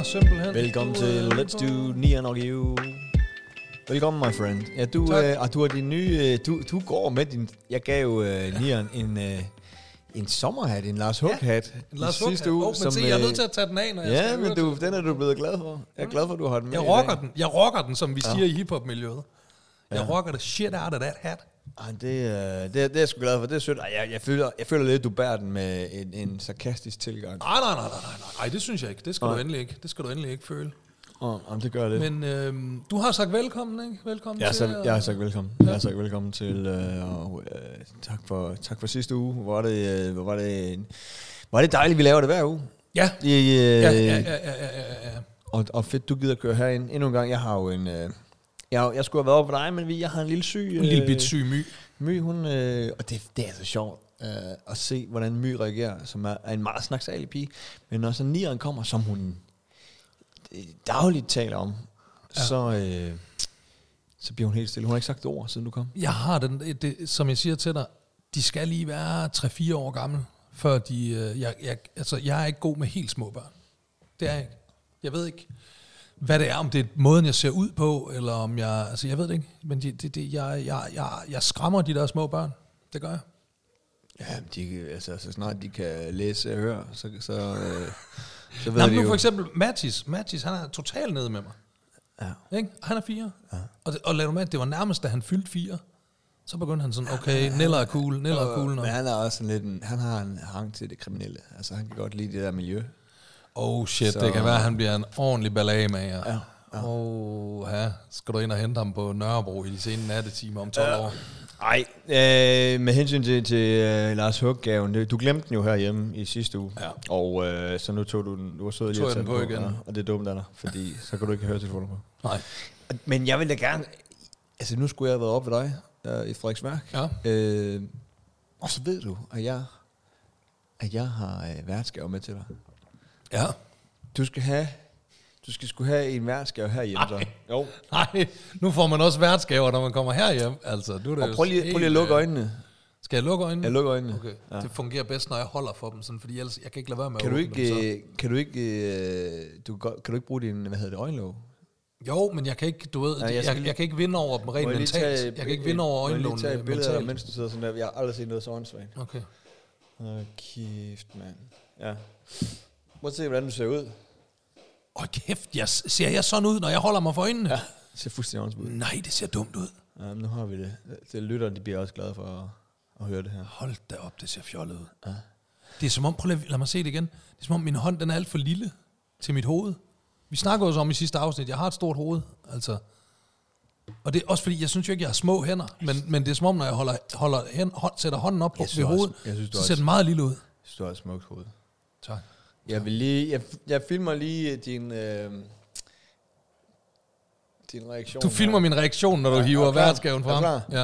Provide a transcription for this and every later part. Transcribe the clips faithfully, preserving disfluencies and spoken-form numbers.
simpelthen. Velkommen du, til uh, Let's Do Neon og You. Velkommen, my friend. Ja, du, øh, og du har din nye... Øh, du, du går med din... Jeg gav øh, Neon en... Øh, en sommerhat, en Lars Hug-hat ja, en Lars sidste uge. Oh, men se, jeg er nødt til at tage den af, når jeg ja, skal men du, den er du blevet glad for. Jeg er glad for, at du har den med. Jeg rocker den. Jeg rocker den, som vi ja. siger i hiphop-miljøet. Jeg ja. rocker the shit out of that hat. Ej, det, øh, det, det er jeg sgu glad for. Det er sødt. Ej, jeg, jeg, føler, jeg føler lidt, at du bærer den med en, en sarkastisk tilgang. Nej, nej, nej, nej, nej, nej, det synes jeg ikke. Det skal, du endelig ikke. Det skal du endelig ikke føle. Oh, jamen, det gør det. Men øhm, du har sagt velkommen, ikke? Velkommen jeg til... Sagt, jeg har sagt velkommen. Ja. Jeg har sagt velkommen til, øh, og øh, tak, for, tak for sidste uge. Hvor var det, øh, hvor var det, hvor var det dejligt, vi laver det hver uge. Ja. I, øh, ja, ja, ja, ja, ja, ja. Og, og fedt, du gider køre herind endnu en gang. Jeg har jo en... Øh, jeg, jeg skulle have været over på dig, men vi, jeg har en lille syg... Øh, en lille bit syg My. My, hun... Øh, og det, det er så sjovt øh, at se, hvordan My reagerer, som er, er en meget snaksalig pige. Men når så nieren kommer, som hun dagligt taler om, ja. så, øh, så bliver hun helt stille. Hun har ikke sagt et ord, siden du kom. Jeg har den, det, som jeg siger til dig, de skal lige være tre fire år gamle, før de... Øh, jeg, jeg, altså, jeg er ikke god med helt små børn. Det er jeg ikke. Jeg ved ikke, hvad det er, om det er måden, jeg ser ud på, eller om jeg... Altså, jeg ved det ikke, men det, det, det, jeg, jeg, jeg, jeg skræmmer de der små børn. Det gør jeg. Ja, de, altså, så snart de kan læse og høre, så... så øh, Så ved Nå, de nu jo. for eksempel Mathis. Mathis, han er totalt nede med mig. Ja. Ikke? Han er fire. Ja. Og, det, og lad du med, det var nærmest, da han fyldte fire. Så begyndte han sådan, okay, Niller er cool, Niller er cool. Men han er også sådan lidt en, han har en hang til det kriminelle. Altså, han kan godt lide det der miljø. Oh shit, så. Det kan være, at han bliver en ordentlig ballade med jer. Ja. Ja. Oh, ja. Skal du ind og hente ham på Nørrebro i de sene nattetimer om tolv ja. år? Nej, øh, med hensyn til, til uh, Lars Hug-gaven, du glemte den jo herhjemme i sidste uge, ja. og øh, så nu tog du den, du var sød lige at tage den på, igen. Ja, og det er dumt af dig, fordi så kan du ikke høre telefonen på. Nej. Men jeg vil da gerne, altså nu skulle jeg have været oppe ved dig uh, i Frederiksværk, ja. øh, og så ved du, at jeg, at jeg har uh, værtsgave med til dig. Ja. Du skal have... Du skal sgu have en værtsgave herhjemme, så. Jo. Nej, nu får man også værtsgaver, når man kommer herhjem. Altså, du er og prøv lige, prøv lige at lukke øjnene. Skal jeg lukke øjnene? Jeg lukker øjnene. Okay. Ja. Det fungerer bedst, når jeg holder for dem, sådan, fordi ellers jeg kan ikke lade være med kan at du åbne ikke, dem. Så. Kan du ikke, du, kan du ikke bruge din, hvad hedder det, øjenlåg? Jo, men jeg kan ikke, du ved, ja, jeg, jeg, jeg kan ikke vinde over dem rent mentalt. Tage, jeg kan ikke vinde over øjenlågene mentalt. Må jeg lige tage billeder, mens du sidder sådan der? Jeg har aldrig set noget så åndssvagt. Okay. Åh, kæft, mand. Ja. Prøv at se, hvordan du ser ud. Åh, oh, kæft, jeg, ser jeg sådan ud, når jeg holder mig for øjnene? Ja, det ser fuldstændig åndssvagt ud. Nej, det ser dumt ud. Ja, men nu har vi det. Det lytterne, de bliver også glade for at, at høre det her. Hold da op, det ser fjollet ud. Ja. Det er som om, prøv lad, lad mig se det igen. Det er som om, min hånd, den er alt for lille til mit hoved. Vi snakker også om i sidste afsnit, jeg har et stort hoved, altså. Og det er også fordi, jeg synes jo ikke, jeg har små hænder, men, men det er som om, når jeg holder, holder hen, hold, sætter hånden op på ved hovedet, synes, så ser den meget lille ud. Jeg synes, du har et smukt hoved. Tak. Jeg vil lige, jeg, jeg filmer lige din, øh, din reaktion. Du filmer her. Min reaktion, når du ja, hiver værtsgaven frem. Er ja.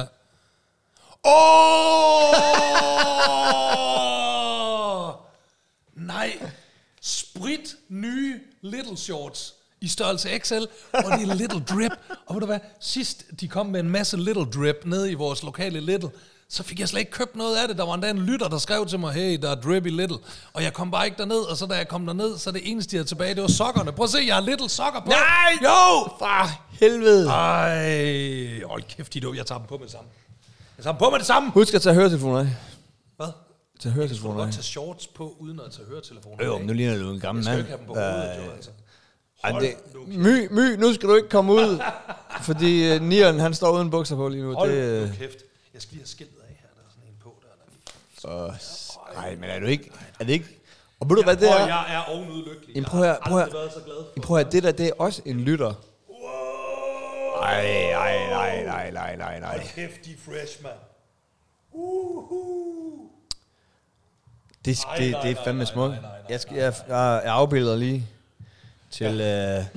Åh! Nej. Sprit nye Little Shorts i størrelse X L, og det er Little Drip. Og ved du hvad, sidst de kom med en masse Little Drip nede i vores lokale Little, så fik jeg slet ikke købt noget af det. Der var endda en lytter, der skrev til mig, hey, der er Drippy Little. Og jeg kom bare ikke derned, og så da jeg kom derned, så det eneste, jeg havde tilbage, det var sokkerne. Prøv at se, jeg har Little sokker på. Nej! Jo! For helvede! Ej, hold kæft, de jeg tager dem på med det samme. Jeg tager dem på med det samme! Husk at tage høretelefoner af. Hvad? Tage høretelefoner af. Jeg skal godt tage shorts på, uden at tage høretelefoner af. Jo, nu ligner du en gammel mand. Jeg skal ikke have dem på hovedet, jo, altså. Ej, det, my, my, nu skal du ikke komme ud, fordi uh, Nieren, han står uden bukser på lige nu. Hold det, nu kæft. Jeg skal lige have skiltet af her, der er sådan en på der. Og, ej, men er du ikke, er det ikke, og ved du hvad det er? Jeg er ovenudlykkelig. Jeg prøv at, prøv at, prøv at, det der, det er også en lytter. Ej, ej, ej, nej, nej, nej, nej. Hold kæft, de er fresh, man. Uhuh. Det, det, det er fandme smukt. Jeg, skal, jeg, jeg, jeg afbilder lige til... Ja. Øh,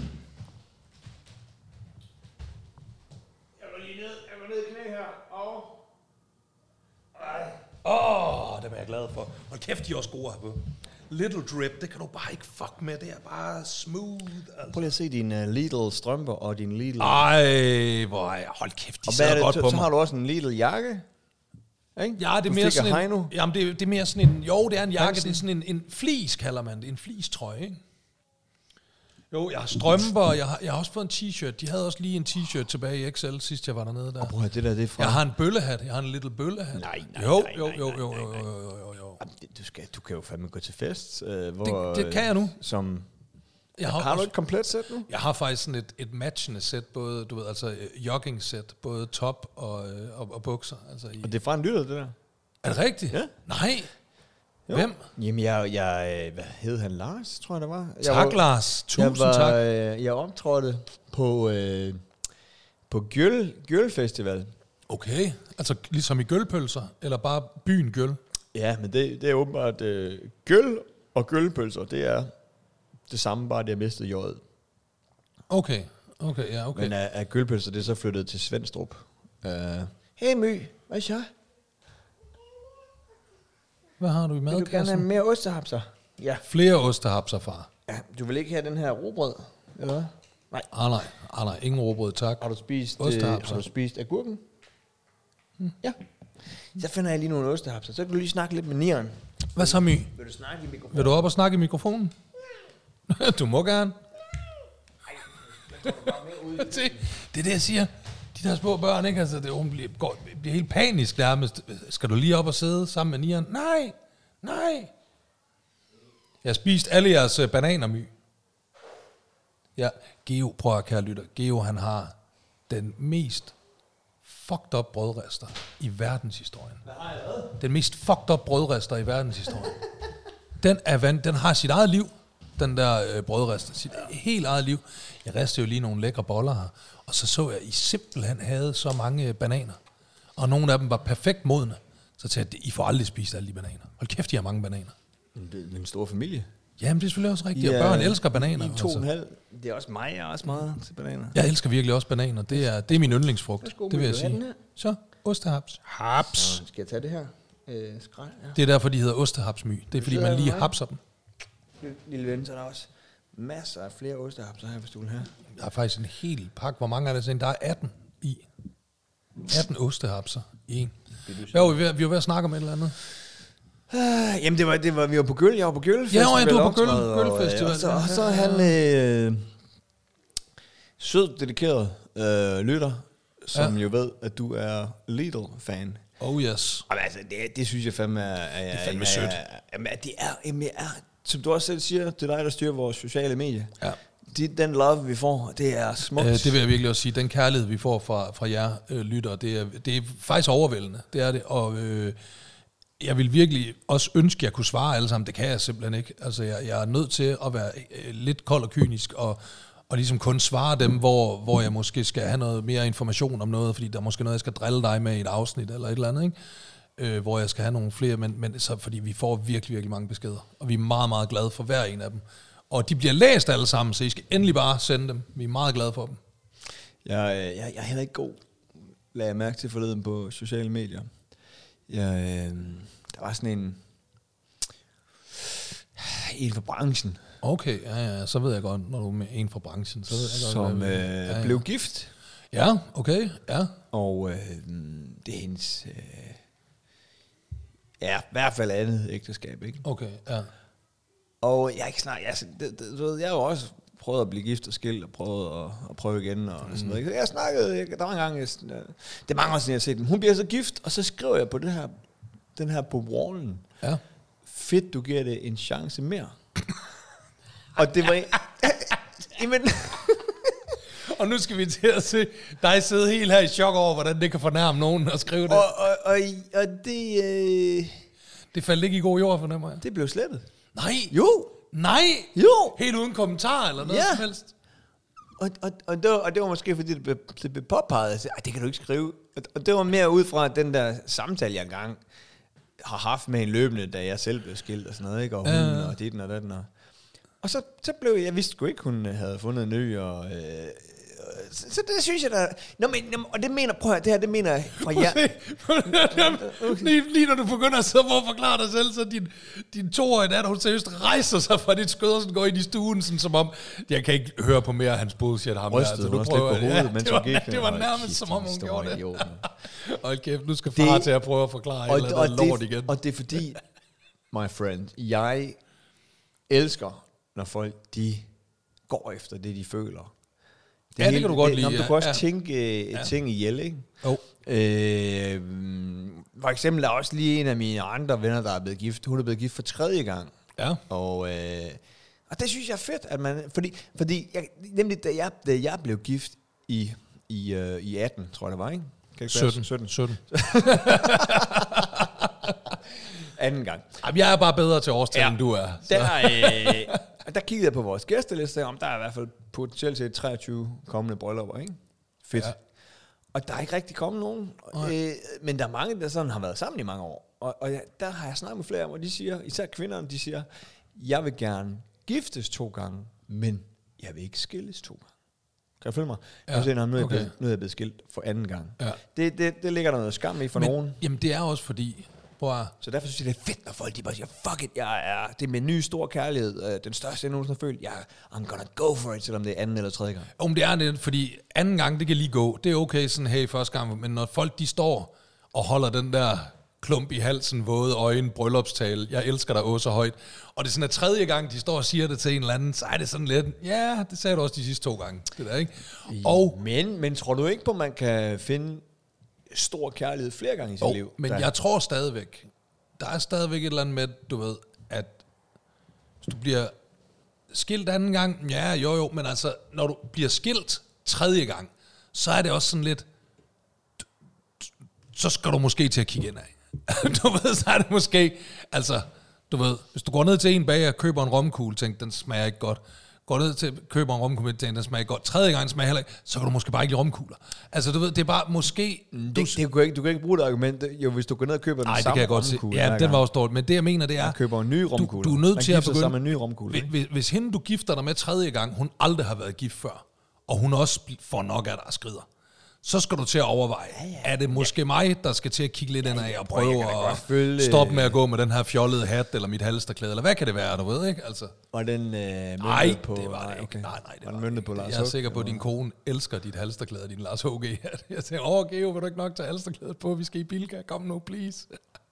Åh, oh, det er jeg glad for. Hold kæft, de er også gode her på. Little Drip, det kan du bare ikke fuck med. Det er bare smooth. Altså. Prøv lige at se dine uh, Lidl strømper og din Lidl... Ej, hvor er jeg... Hold kæft, de sidder godt så, på så mig. Så har du også en Lidl jakke. Ikke? Ja, det er mere sådan en... Jamen, det, det er mere sådan en... Jo, det er en jakke. Hansen. Det er sådan en, en flis, kalder man det. En flis-trøje, ikke? Jo, jeg har strømper, jeg har, jeg har også fået en t-shirt. De havde også lige en t-shirt tilbage i X L, sidst jeg var dernede der. Og prøv at det der, det er fra... Jeg har en bøllehat, jeg har en lille bøllehat. Nej, nej, jo, nej, jo, nej, jo, nej, jo, nej, jo, nej. jo, jo, jo, jo. Jamen, det- Du, skal, du kan jo fandme gå til fest, øh, hvor... Det, det kan jeg nu. Som... Jeg Har, har, har du også, et komplet sæt nu? jeg har faktisk sådan et, et matchende sæt, både, du ved, altså øh, jogging-sæt, både top og, øh, og, og bukser. Altså i, Og det er fra en lytter, det der? er det rigtigt? Ja. Nej. Jo. Hvem? Jamen, jeg, jeg... Hvad hed han? Lars, tror jeg, det var? Jeg Tak, var, Lars. Tusind jeg var, tak. Øh, jeg optrådte på... Øh, på Gjøl, Gjøl Festival. Okay, altså ligesom i gølpølser, eller bare byen Gøl? Ja, men det, det er åbenbart... Øh, Gjøl og gølpølser, det er det samme, bare det har mistet jødet. Okay, okay, ja, okay. Men af, af gølpølser, det er så flyttet til Svendstrup. Uh, hey My, hvad så? Hvad har du i Vil du gerne have madkassen? mere ostehapser? Ja. Flere ostehapser, far. Ja, du vil ikke have den her robrød, eller hvad? Nej. Ah nej, ah nej, ingen råbrød, tak. Har du spist, øh, Ostehapser. har du spist agurken? Hmm. Ja. Så finder jeg lige nogle ostehapser. Så kan du lige snakke lidt med nieren. Hvad så, My? Vil du snakke i mikrofonen? Vil du op og snakke i mikrofonen? Du må gerne. Se, det er det, jeg siger. De der små børn, ikke? Altså, det, hun bliver, går, bliver helt panisk nærmest. Skal du lige op og sidde sammen med nieren? Nej, nej. Jeg har spist alle jeres øh, bananer, My. Ja, Geo, prøv at kære lytter. Geo, han har den mest fucked up brødrester i verdenshistorien. Hvad har jeg lavet? Den mest fucked up brødrester i verdenshistorien. Den, er vand, den har sit eget liv, den der øh, brødrester. Sit helt eget liv. Jeg ristede jo lige nogle lækre boller her, og så så jeg, at I simpelthen havde så mange øh, bananer. Og nogle af dem var perfekt modne. Så tænkte jeg, I får aldrig spist alle de bananer. Hold kæft, I har mange bananer. Det er en stor familie. Jamen, det er selvfølgelig også rigtigt. Ja, Og børn elsker bananer. I to og en altså. halv. Det er også mig, jeg er også meget til bananer. Jeg elsker virkelig også bananer. Det er, det er min yndlingsfrugt. Værsgo, Det vil jeg vil du have sige. den her? Så, ostehaps. Haps. Så skal jeg tage det her? Øh, skrald, ja. Det er derfor, de hedder ostehapsmy. Det er fordi, sidder man lige mig. hapser dem. Lille- Lille ven, så er der også masser af flere ostehapser her, hvis du vil have. Der er faktisk en hel pakke. Hvor mange er der sådan? Der er atten i. atten ostehapser i en. Hvad var vi ved? Vi var ved at snakke om et eller andet. Uh, jamen, det var, det var, vi var på Gøl. Jeg var på Gøl Festival. Ja, ja, du var på Gøl- optræde, og, Gøl Festival. Og så, og så er han øh, sød, dedikeret øh, lytter, som Ja. jo ved, at du er Lidl-fan. Oh yes. Og altså, det, det synes jeg fandme er... er Det er fandme er, sødt. Er, jamen, det er, jamen, jeg er, som du også selv siger, det er dig, der styrer vores sociale medier. Ja. De, den love, vi får, det er smukt. Øh, det vil jeg virkelig også sige. Den kærlighed, vi får fra, fra jer øh, lyttere, det er, det er faktisk overvældende. Det er det. Og øh, jeg vil virkelig også ønske, at jeg kunne svare alle sammen. Det kan jeg simpelthen ikke. Altså, jeg, jeg er nødt til at være øh, lidt kold og kynisk, og, og ligesom kun svare dem, hvor, hvor jeg måske skal have noget mere information om noget, fordi der er måske noget, jeg skal drille dig med i et afsnit, eller et eller andet, ikke? Øh, hvor jeg skal have nogle flere, men, men så, fordi vi får virkelig, virkelig mange beskeder, og vi er meget, meget glade for hver en af dem. Og de bliver læst alle sammen, så I skal endelig bare sende dem. Vi er meget glade for dem. Jeg, jeg, jeg er heller ikke god, lagde jeg mærke til forleden på sociale medier. Jeg, øh, der var sådan en, en fra branchen, Okay, ja, ja, så ved jeg godt, når du er med en fra branchen. Så ved jeg godt, som hvad vi- øh, ja, ja. blev gift. Ja, okay, ja. Og øh, det er hendes, øh, ja, i hvert fald andet ægteskab, ikke? Okay, ja. Og jeg er ikke snart, altså, det, det, du ved, jeg har jo også prøvet at blive gift og skilt, og prøvet at, at prøve igen, og sådan noget. ikke? Jeg snakkede, jeg, der var en gang, jeg, sådan, øh, det er mange år siden, jeg har set den. Hun bliver så gift, og så skriver jeg på det her, den her på wallen. Ja. Fedt, du giver det en chance mere. Og det var... Jamen, Og nu skal vi til at se dig sidde helt her i chok over, hvordan det kan fornærme nogen at skrive det. og, og, og, og det, øh, Det faldt ikke i god jord, fornemmer jeg. det blev slettet. Nej. Jo, Nej. jo. Helt uden kommentar eller noget Ja. som helst. Og, og, og, det var, og det var måske, fordi det blev, det blev påpeget. Jeg sagde, det kan du ikke skrive. Og, og det var mere ud fra den der samtale, jeg engang har haft med en løbende, da jeg selv blev skilt og sådan noget, ikke? Og hun, Ja. og dit og den og... Og så, så blev jeg, jeg vidste sgu ikke, hun havde fundet en ny, og... Øh, så, så det synes jeg da... Nå, men, jamen, og det mener, prøv at høre, det her, det mener jeg fra jer. lige, lige når du begynder at sidde og forklare dig selv, så din, din toårige datter, hun seriøst rejser sig fra dit skød, og sådan går ind i stuen, sådan, som om, jeg kan ikke høre på mere af hans bullshit. Ham Rystede der, hun også lidt på hovedet, mens det hun var, gik. det var Hold nærmest kæft, som om, din hun store gjorde det. idiot, mand. Hold kæft, nu skal far Det- til at prøve at forklare Og, et eller og, andet lort det, igen. og det er fordi, my friend, jeg elsker, når folk, de går efter det, de føler. Det ja, det kan du godt det, lide. Nå, du ja. kan også ja. tænke ja. ting ihjel, ikke? Oh. Øh, for eksempel er også lige en af mine andre venner, der er blevet gift. Hun er blevet gift for tredje gang. Ja. Og, øh, og det synes jeg er fedt, at man... Fordi, fordi jeg, nemlig da jeg, da jeg blev gift i, i, øh, i atten, tror jeg det var, ikke? Kan sytten. sytten. sytten. Anden gang. Jamen, jeg er bare bedre til årstal, ja. end du er. Der, øh, der kiggede jeg på vores gæsteliste, om der er i hvert fald potentielt til treogtyve kommende bryllupper, ikke? Fedt. Ja. Og der er ikke rigtig kommet nogen. Øh, men der er mange, der sådan har været sammen i mange år. Og, og jeg, der har jeg snakket med flere, hvor de siger, især kvinderne, de siger, jeg vil gerne giftes to gange, men jeg vil ikke skilles to gange. Kan du følge mig? Ja. Jeg synes, nu er okay. jeg blevet skilt for anden gang. Ja. Det, det, det ligger der noget skam i for men, nogen. Jamen det er også fordi... Bror. Så derfor synes jeg, det er fedt, når folk de bare siger, fuck it, jeg er, det er min nye store kærlighed, øh, den største, jeg nogensinde har følt, jeg, I'm gonna go for it, selvom det er anden eller tredje gang. Om det er det, fordi anden gang, det kan lige gå, det er okay sådan, hey, første gang, men når folk, de står og holder den der klump i halsen, våde øjne, bryllupstale, jeg elsker dig også så højt, og det er sådan, at tredje gang, de står og siger det til en eller anden, så er det sådan lidt, ja, det sagde du også de sidste to gange, det der, ikke? Og, men, men tror du ikke på, man kan finde stor kærlighed flere gange i sit oh, liv? Men der. Jeg tror stadigvæk, der er stadigvæk et eller andet med, du ved, at hvis du bliver skilt anden gang, ja, jo jo, men altså, når du bliver skilt tredje gang, så er det også sådan lidt, så skal du måske til at kigge ind af. Du ved, så er det måske, altså, du ved, hvis du går ned til en bager og køber en romkugle, tænker, den smager ikke godt, går ned til køber en romkugle, tænker, den smager ikke godt, tredje gang smager heller ikke, så kan du måske bare ikke lide romkugler. Altså, du ved, det er bare måske... Det, du, det, du, kan ikke, du kan ikke bruge det argument, jo, hvis du går ned og køber den ej, samme romkugle. Ja, den var også dårligt, men det jeg mener, det er... Man køber en ny romkugle. Du, du er nødt til at begynde... Man en ny romkugle. Hvis, hvis hende, du gifter dig med tredje gang, hun aldrig har været gift før, og hun også får nok af dig skrider, så skal du til at overveje, ja, ja. Er det måske ja. mig, der skal til at kigge lidt ja, ind af og prøve at følge... stoppe med at gå med den her fjollede hat, eller mit halsterklæde, eller hvad kan det være, du ved, ikke? Altså. Og den øh, nej, på... det var det ikke. Okay. Nej, nej, det var, var det ikke. På Lars jeg er sikker på, at din kone elsker dit halsterklæde og din Lars H G hat. Jeg tænker, åh, Geo, vil du ikke nok tage halsterklædet på? Vi skal i Bilka. Kom nu, please.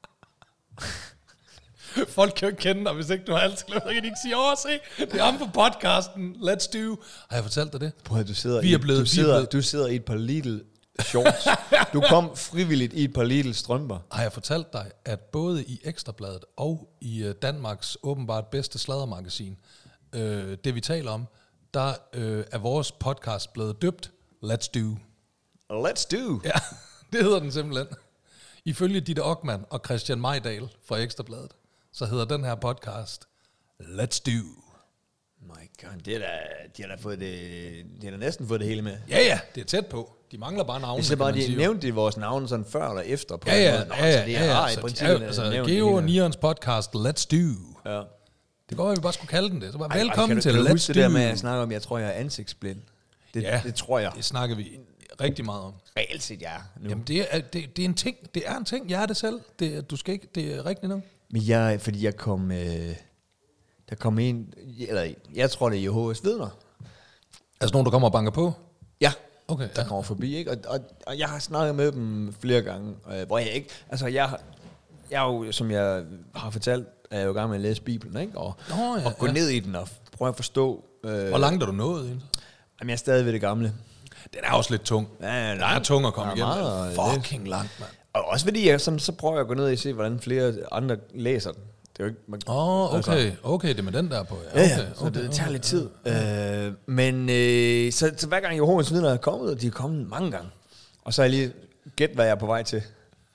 Folk kan jo ikke kende dig, hvis ikke du har halsterklæde. Så kan de ikke sige, åh, se, det er ham på podcasten. Let's do. Har jeg fortalt dig det? Prøv at du sidder, vi er blevet, du, sidder, blevet. du sidder i et par Lidl shorts. Du kom frivilligt i et par Lidl strømper. Har jeg fortalt dig, at både i Ekstrabladet og i Danmarks åbenbart bedste sladdermagasin, øh, det vi taler om, der øh, er vores podcast blevet døbt Let's Do. Let's Do? Ja, det hedder den simpelthen. Ifølge Ditte Okman og Christian Majdal fra Ekstrabladet, så hedder den her podcast Let's Do. My God, det er da, de har da fået det, de har da næsten fået det hele med. Ja, ja, det er tæt på. De mangler bare navne. Det er bare, de nævnte de vores navne sådan før eller efter. På ja, ja, Nå, ja, ja, så det er ja, har ja, i princippet altså, Geo og Nions podcast, Let's Do. Ja. Det går, at vi bare skulle kalde den det. Så bare, ej, velkommen ej, til Let's Do. Kan du huske det der med, at jeg snakker om, jeg tror, jeg er ansigtsblind? Det, ja, det tror jeg. Det snakker vi rigtig meget om. Reelt set, ja. Nu. Jamen, det er, det, det er en ting. Det er en ting. Jeg er det selv. Det, du skal ikke, det er rigtigt nu. Men jeg, fordi jeg kom... Øh, der kom en... Eller, jeg tror, det er Jehovas vidner. Altså nogen, der kommer og banker på? Ja. Okay, der ja. kommer forbi, ikke? Og, og, og jeg har snakket med dem flere gange, øh, hvor jeg ikke... Altså, jeg, jeg er jo, som jeg har fortalt, er jeg jo i gang med at læse Bibelen, ikke? Og, oh, ja, og gå ja. ned i den og prøve at forstå... Øh, hvor langt er du nået? Egentlig? Jamen, jeg er stadig ved det gamle. Den er også lidt tung. Ja, der er tung at komme igennem. Meget, fucking langt, mand. Og også fordi, jeg, så, så prøver jeg at gå ned og se, hvordan flere andre læser den. Det er jo ikke... Åh, oh, okay. Altså. Okay, det er med den der på. Ja, okay, ja, så okay, det tager okay, lidt tid. Ja. Øh, men øh, så, så hver gang Jehovas vidner er kommet, og de er kommet mange gange. Og så er jeg lige gæt, hvad jeg er på vej til.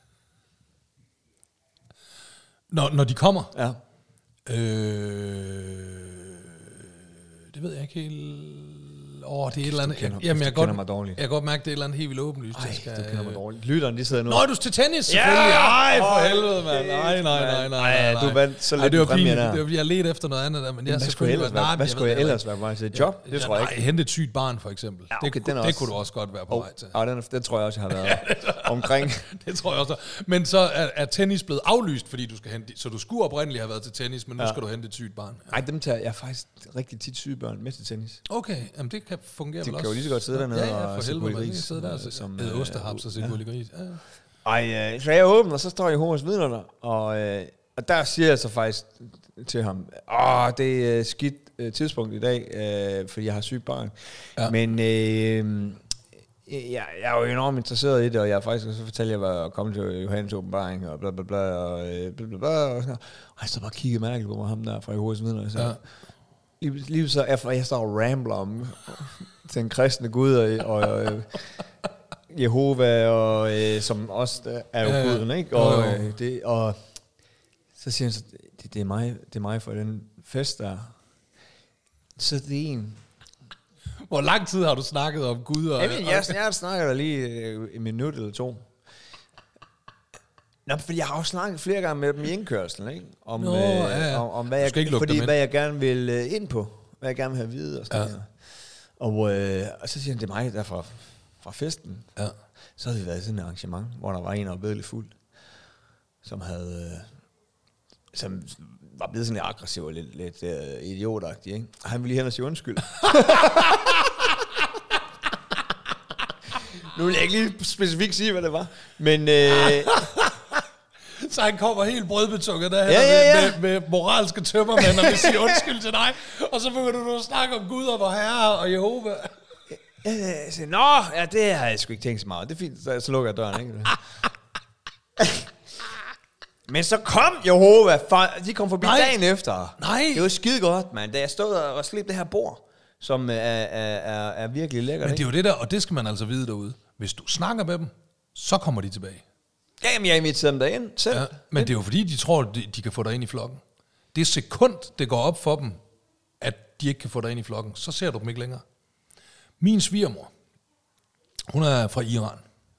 Når, når de kommer? Ja. Øh, det ved jeg ikke helt... Åh, oh, det er et eller andet... Kender, jamen, jeg, godt, mig dårligt. Jeg kan godt mærke, det er et eller andet helt vildt åbenlyst. Ej, skal, du kender mig dårligt. Lytteren, de sidder nu. Nå, du er til tennis, selvfølgelig. Ja! Ej, for helvede, mand. Nej, nej, nej, nej. Ej, du vandt så lidt i præmien der. Det var, jeg ledte efter noget andet der, men jeg hvad skulle jeg ellers være, hvad skulle jeg ellers være på vej til? Et job? Det tror jeg ikke. Nej, hente et sygt barn, for eksempel. Ja, okay, det, det kunne du også godt være på vej til. Ja, den, den tror jeg også, jeg har været omkring. Det tror jeg også. Men så er, er tennis blevet aflyst, fordi du skal hente... Så du skulle oprindeligt have været til tennis, men nu skal du hente et sygt barn. Nej, dem tager jeg faktisk rigtig tit syge børn med til tennis. Okay, jamen det kan fungere vel også. De kan jo lige så godt sidde dernede ja, ja, og se gullig gris. Sidde der og æde ostehaps og se gullig gris. Ej, så er jeg åben, og så står Jehovas vidner der, og, og der siger jeg så faktisk til ham, åh, det er skidt øh, tidspunkt i dag, øh, fordi jeg har sygt barn. Ja. Men øh, jeg, jeg er jo enormt interesseret i det, og jeg faktisk så fortalte jeg, at jeg kom til Johannes åbenbaring, og bla bla bla, og bla bla bla, og sådan. Og jeg så bare kiggede mærkeligt på mig, ham der fra Jehovas vidner, og så, ja. lige, lige så er jeg står og rambler om den kristne Gud, og, og øh, Jehova, og øh, som også er jo ja, Guden, ikke? Og, øh, det, og så siger han så, det, det, er mig, det er mig for den fest der. Så det er en. Hvor lang tid har du snakket om Gud? Og, Jamen, jeg, jeg, jeg snakker der lige øh, en minut eller to. Nå, fordi jeg har jo snakket flere gange med dem i indkørslen, ikke? Om, Nå, øh, ja, ja. om, om hvad, jeg, fordi, hvad jeg gerne vil øh, ind på. Hvad jeg gerne vil have at vide og sådan ja. Og, øh, og så siger han, det er mig der fra, fra festen. Ja. Så havde vi været i sådan et arrangement, hvor der var en, der var bedelig fuld, som havde... Øh, som var blevet sådan lidt aggressiv og lidt, lidt uh, idiotagtig, ikke? Og han ville lige hen og sige undskyld. Nu vil jeg ikke lige specifikt sige, hvad det var. Men... Øh, så han kommer helt brødbetunget der, ja, ja, ja. Med, med moralske tømmermænd, og vil sige undskyld til dig. Og så begynder du at snakke om Gud og vor Herre og Jehova. Jeg siger, nå, ja, det har jeg sgu ikke tænkt så meget. Det er fint, så, så lukker jeg døren, ikke? Men så kom Jehova, de kom forbi Nej. dagen efter. Nej. Det var skide godt, mand. Da jeg stod og slæbte det her bord, som er, er, er, er virkelig lækkert. Men det er jo det der, og det skal man altså vide derude. Hvis du snakker med dem, så kommer de tilbage. Jamen, jeg inviterer dem derind selv. Ja, men det er jo fordi, de tror, de, de kan få dig ind i flokken. Det er sekund, det går op for dem, at de ikke kan få dig ind i flokken. Så ser du dem ikke længere. Min svigermor, hun er fra Iran.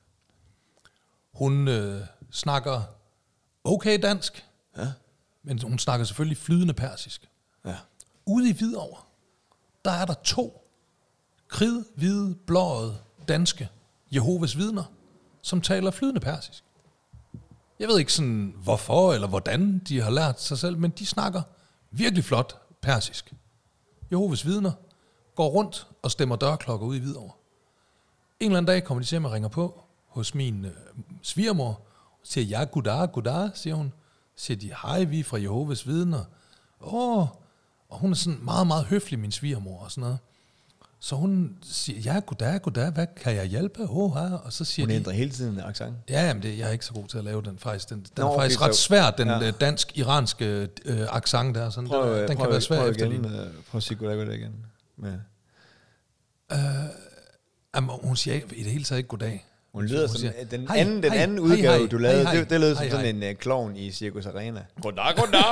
Hun øh, snakker... okay dansk, ja. Men hun snakker selvfølgelig flydende persisk. Ja. Ude i Hvidovre, der er der to kridhvide, blåede danske Jehovas vidner, som taler flydende persisk. Jeg ved ikke sådan, hvorfor eller hvordan de har lært sig selv, men de snakker virkelig flot persisk. Jehovas vidner går rundt og stemmer dørklokker ude i Hvidovre. En eller anden dag kommer de til mig og ringer på hos min øh, svigermor, siger, ja, goddag, goddag, siger hun. Siger de, hej, vi er fra Jehovas vidner. Åh, og hun er sådan meget, meget høflig, min svigermor og sådan noget. Så hun siger, ja, goddag, goddag, hvad kan jeg hjælpe? Åh, her. Og så siger hun de, ændrer hele tiden accent. Ja, jamen det, jeg er ikke så god til at lave den faktisk. Den, den Nå, er faktisk okay, ret svær, den ja. dansk-iranske øh, accent der. Sådan, prøv, den, den prøv, kan være svær prøv efter igen, Prøv at sige goddag, goddag igen. Med. Øh, jamen, hun siger i det hele taget ikke goddag. Hun lyder som siger, den hej, anden, den hej, anden hej, udgave, hej, du lavede, hej, hej, det, det lød som hej, sådan hej. en uh, klovn i Circus Arena. Goddag, goddag!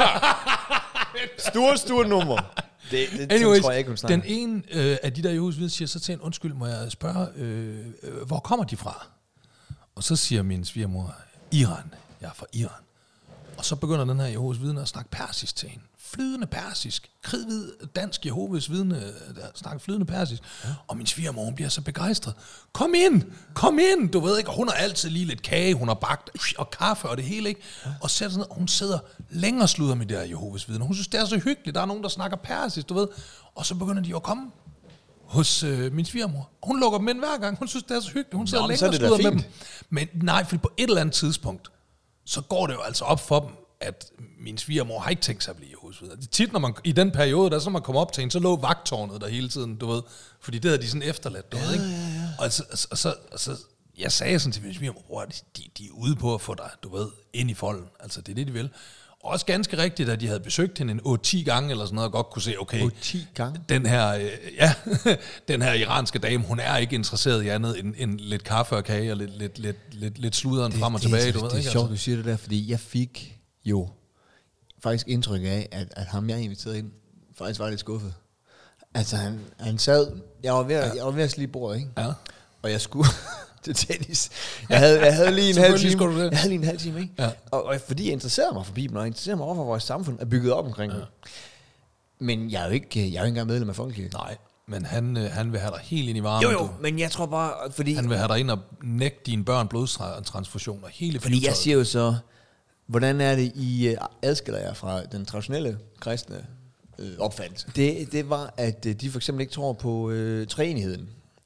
Stor, stor nummer. Det, det Anyways, tror jeg ikke, hun snakker. Den ene øh, af de der Jehovas vidner siger så til en, undskyld, må jeg spørge, øh, øh, hvor kommer de fra? Og så siger min svigermor, Iran. Jeg er fra Iran. Og så begynder den her Jehovas vidner at snakke persisk til hende. Flydende persisk. Kridhvid dansk Jehovas vidne, der snakker flydende persisk. Ja. Og min svigermor, hun bliver så begejstret. Kom ind, kom ind, du ved ikke. Og hun har altid lige lidt kage, hun har bagt, og kaffe og det hele, ikke? Ja. Og, så sådan, og hun sidder længere og sluder med det her Jehovas vidne. Hun synes, det er så hyggeligt. Der er nogen, der snakker persisk, du ved. Og så begynder de at komme hos øh, min svigermor. Hun lukker dem ind hver gang. Hun synes, det er så hyggeligt. Hun sidder Nå, længere og sluder med dem. Men nej, for på et eller andet tidspunkt, så går det jo altså op for dem, at min svigermor har ikke tænkt sig at blive Jehovas vidner. Tit, når man i den periode, der så man kom op til hende, så lå vagttårnet der hele tiden, du ved. Fordi det havde de sådan efterladt, du ja, ved, ikke? Ja, ja. Og så, så, så, så, jeg sagde sådan til min svigermor, bror, de, de er ude på at få dig, du ved, ind i folden. Altså, det er det, de vil. Også ganske rigtigt, at de havde besøgt hende en otte ti gange eller sådan noget, og godt kunne se, okay, otte ti gange? Den her, øh, ja, den her iranske dame, hun er ikke interesseret i andet end, end lidt kaffe og kage og lidt, lidt, lidt, lidt, lidt sluderen frem og det, tilbage, det, du ved, det er ikke? sjovt, altså. du siger det der, fordi jeg fik jo faktisk indtryk af, at, at ham, jeg inviterede ind, faktisk var lidt skuffet. Altså, han, han sad, jeg var ved at, ja. jeg var ved at slippe bordet, ikke? Ja. Og jeg skulle til tennis. Jeg havde, jeg havde lige en halv time. Jeg havde lige en halv time, ikke? Ja. Og, og fordi jeg interesserede mig for Bibelen, og jeg interesserede mig over, hvor vores samfund er bygget op omkring ja. Men jeg er jo ikke, jeg er jo ikke engang medlem af Folkekirken. Nej, men han, han vil have dig helt ind i varmen. Jo, jo, men jeg tror bare, fordi... Han vil have dig ind og nægte dine børn blodtransfusioner. Hele fordi jeg siger jo så, hvordan er det, I adskiller jer fra den traditionelle kristne øh, opfattelse? Det, det var, at de for eksempel ikke tror på øh, treenigheden.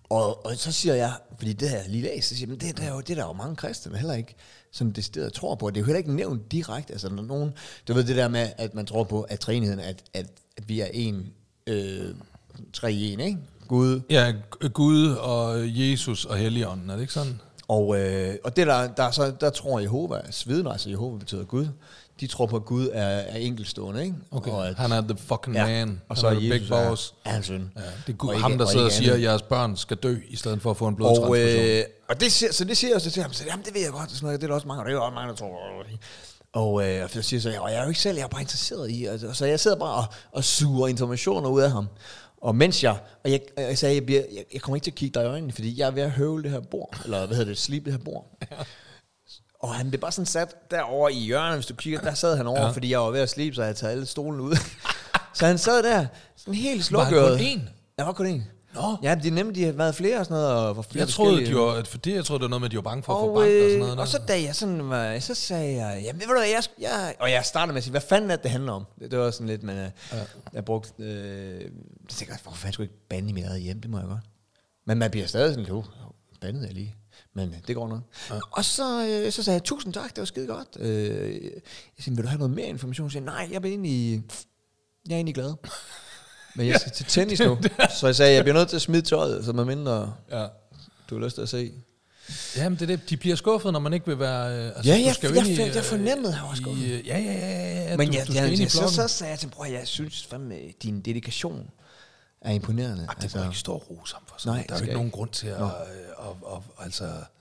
Og, og så siger jeg, fordi det har jeg lige læst, så siger jeg, men det, det, er jo, det er der jo mange kristne, der heller ikke sådan decideret tror på. Det er jo heller ikke nævnt direkte. Altså, når nogen, du ved det der med, at man tror på, at træenigheden, at, at, at vi er en, øh, tre i en, ikke? Gud. Ja, Gud og Jesus og Helligånden, er det ikke sådan? Og, øh, og det der, der, så, der tror Jehovas vidner, altså Jehova betyder Gud, de tror på, at Gud er, er enkeltstående, ikke? Okay, og at, han er the fucking ja, man. Og så er Jesus big boss. Er, er hans søn. Ja, det er Gud, og ham, ikke, der og sidder og siger, andet. at jeres børn skal dø, i stedet for at få en blodtransfusion. Og, øh, og det siger, så det siger jeg så til ham, så jamen det ved jeg godt, og sådan noget, det er der også mange, og det er også mange, der tror. Og øh, jeg siger så, og jeg er jo ikke selv, jeg er bare interesseret i, altså, så jeg sidder bare og, og suger informationer ud af ham. Og mens jeg, og jeg, jeg sagde, jeg, bliver, jeg, jeg kommer ikke til at kigge dig i øjnene, fordi jeg er ved at høvle det her bord, eller hvad hedder det, slibe det her bord. Ja. Og han blev bare sådan sat derovre i hjørnet, hvis du kigger, der sad han over, ja. Fordi jeg var ved at slibe, så jeg havde taget alle stolen ud. Så han sad der, sådan helt slukøret. Var han kun én? Jeg var kun én. Nå. Ja, de nemlig, de har været flere og sådan noget, og var flere jeg troede, de var, for det, jeg troede, det var noget med, at de var bange for og, at få bank og sådan noget. Og der. så da jeg sådan var, så sagde jeg, jamen ved du hvad, jeg, jeg, og jeg startede med at sige, hvad fanden er det, det handler om? Det, det var sådan lidt, men ja. Jeg brugte, øh, det tænkte jeg, hvorfor fanden skulle jeg ikke bande i mit eget hjem, det må jeg godt. Men man bliver stadig sådan lidt, oh, bandede jeg lige. Men det går noget. Ja. Og så, øh, så sagde jeg, tusind tak, det var skide godt. Øh, jeg sagde, vil du have noget mere information? Så sagde jeg, nej, jeg er egentlig, jeg er egentlig glad. Men jeg skal til tennis nu. Så jeg sagde, jeg bliver nødt til at smide tøjet, så med mindre ja. Du har lyst til at se. Jamen, det er det. De bliver skuffet, når man ikke vil være... Altså, ja, jeg, jeg, jeg, jeg, jeg fornemmede, at jeg var skuffet. Ja, ja, ja. ja Men du, jeg, du skal jeg, ind i så, så sagde jeg til bror, jeg synes fandme, din dedikation er imponerende. Ej, det altså, må ikke stå og rose ham for sådan. Nej, der er jo ikke nogen grund til at... at, at, at altså...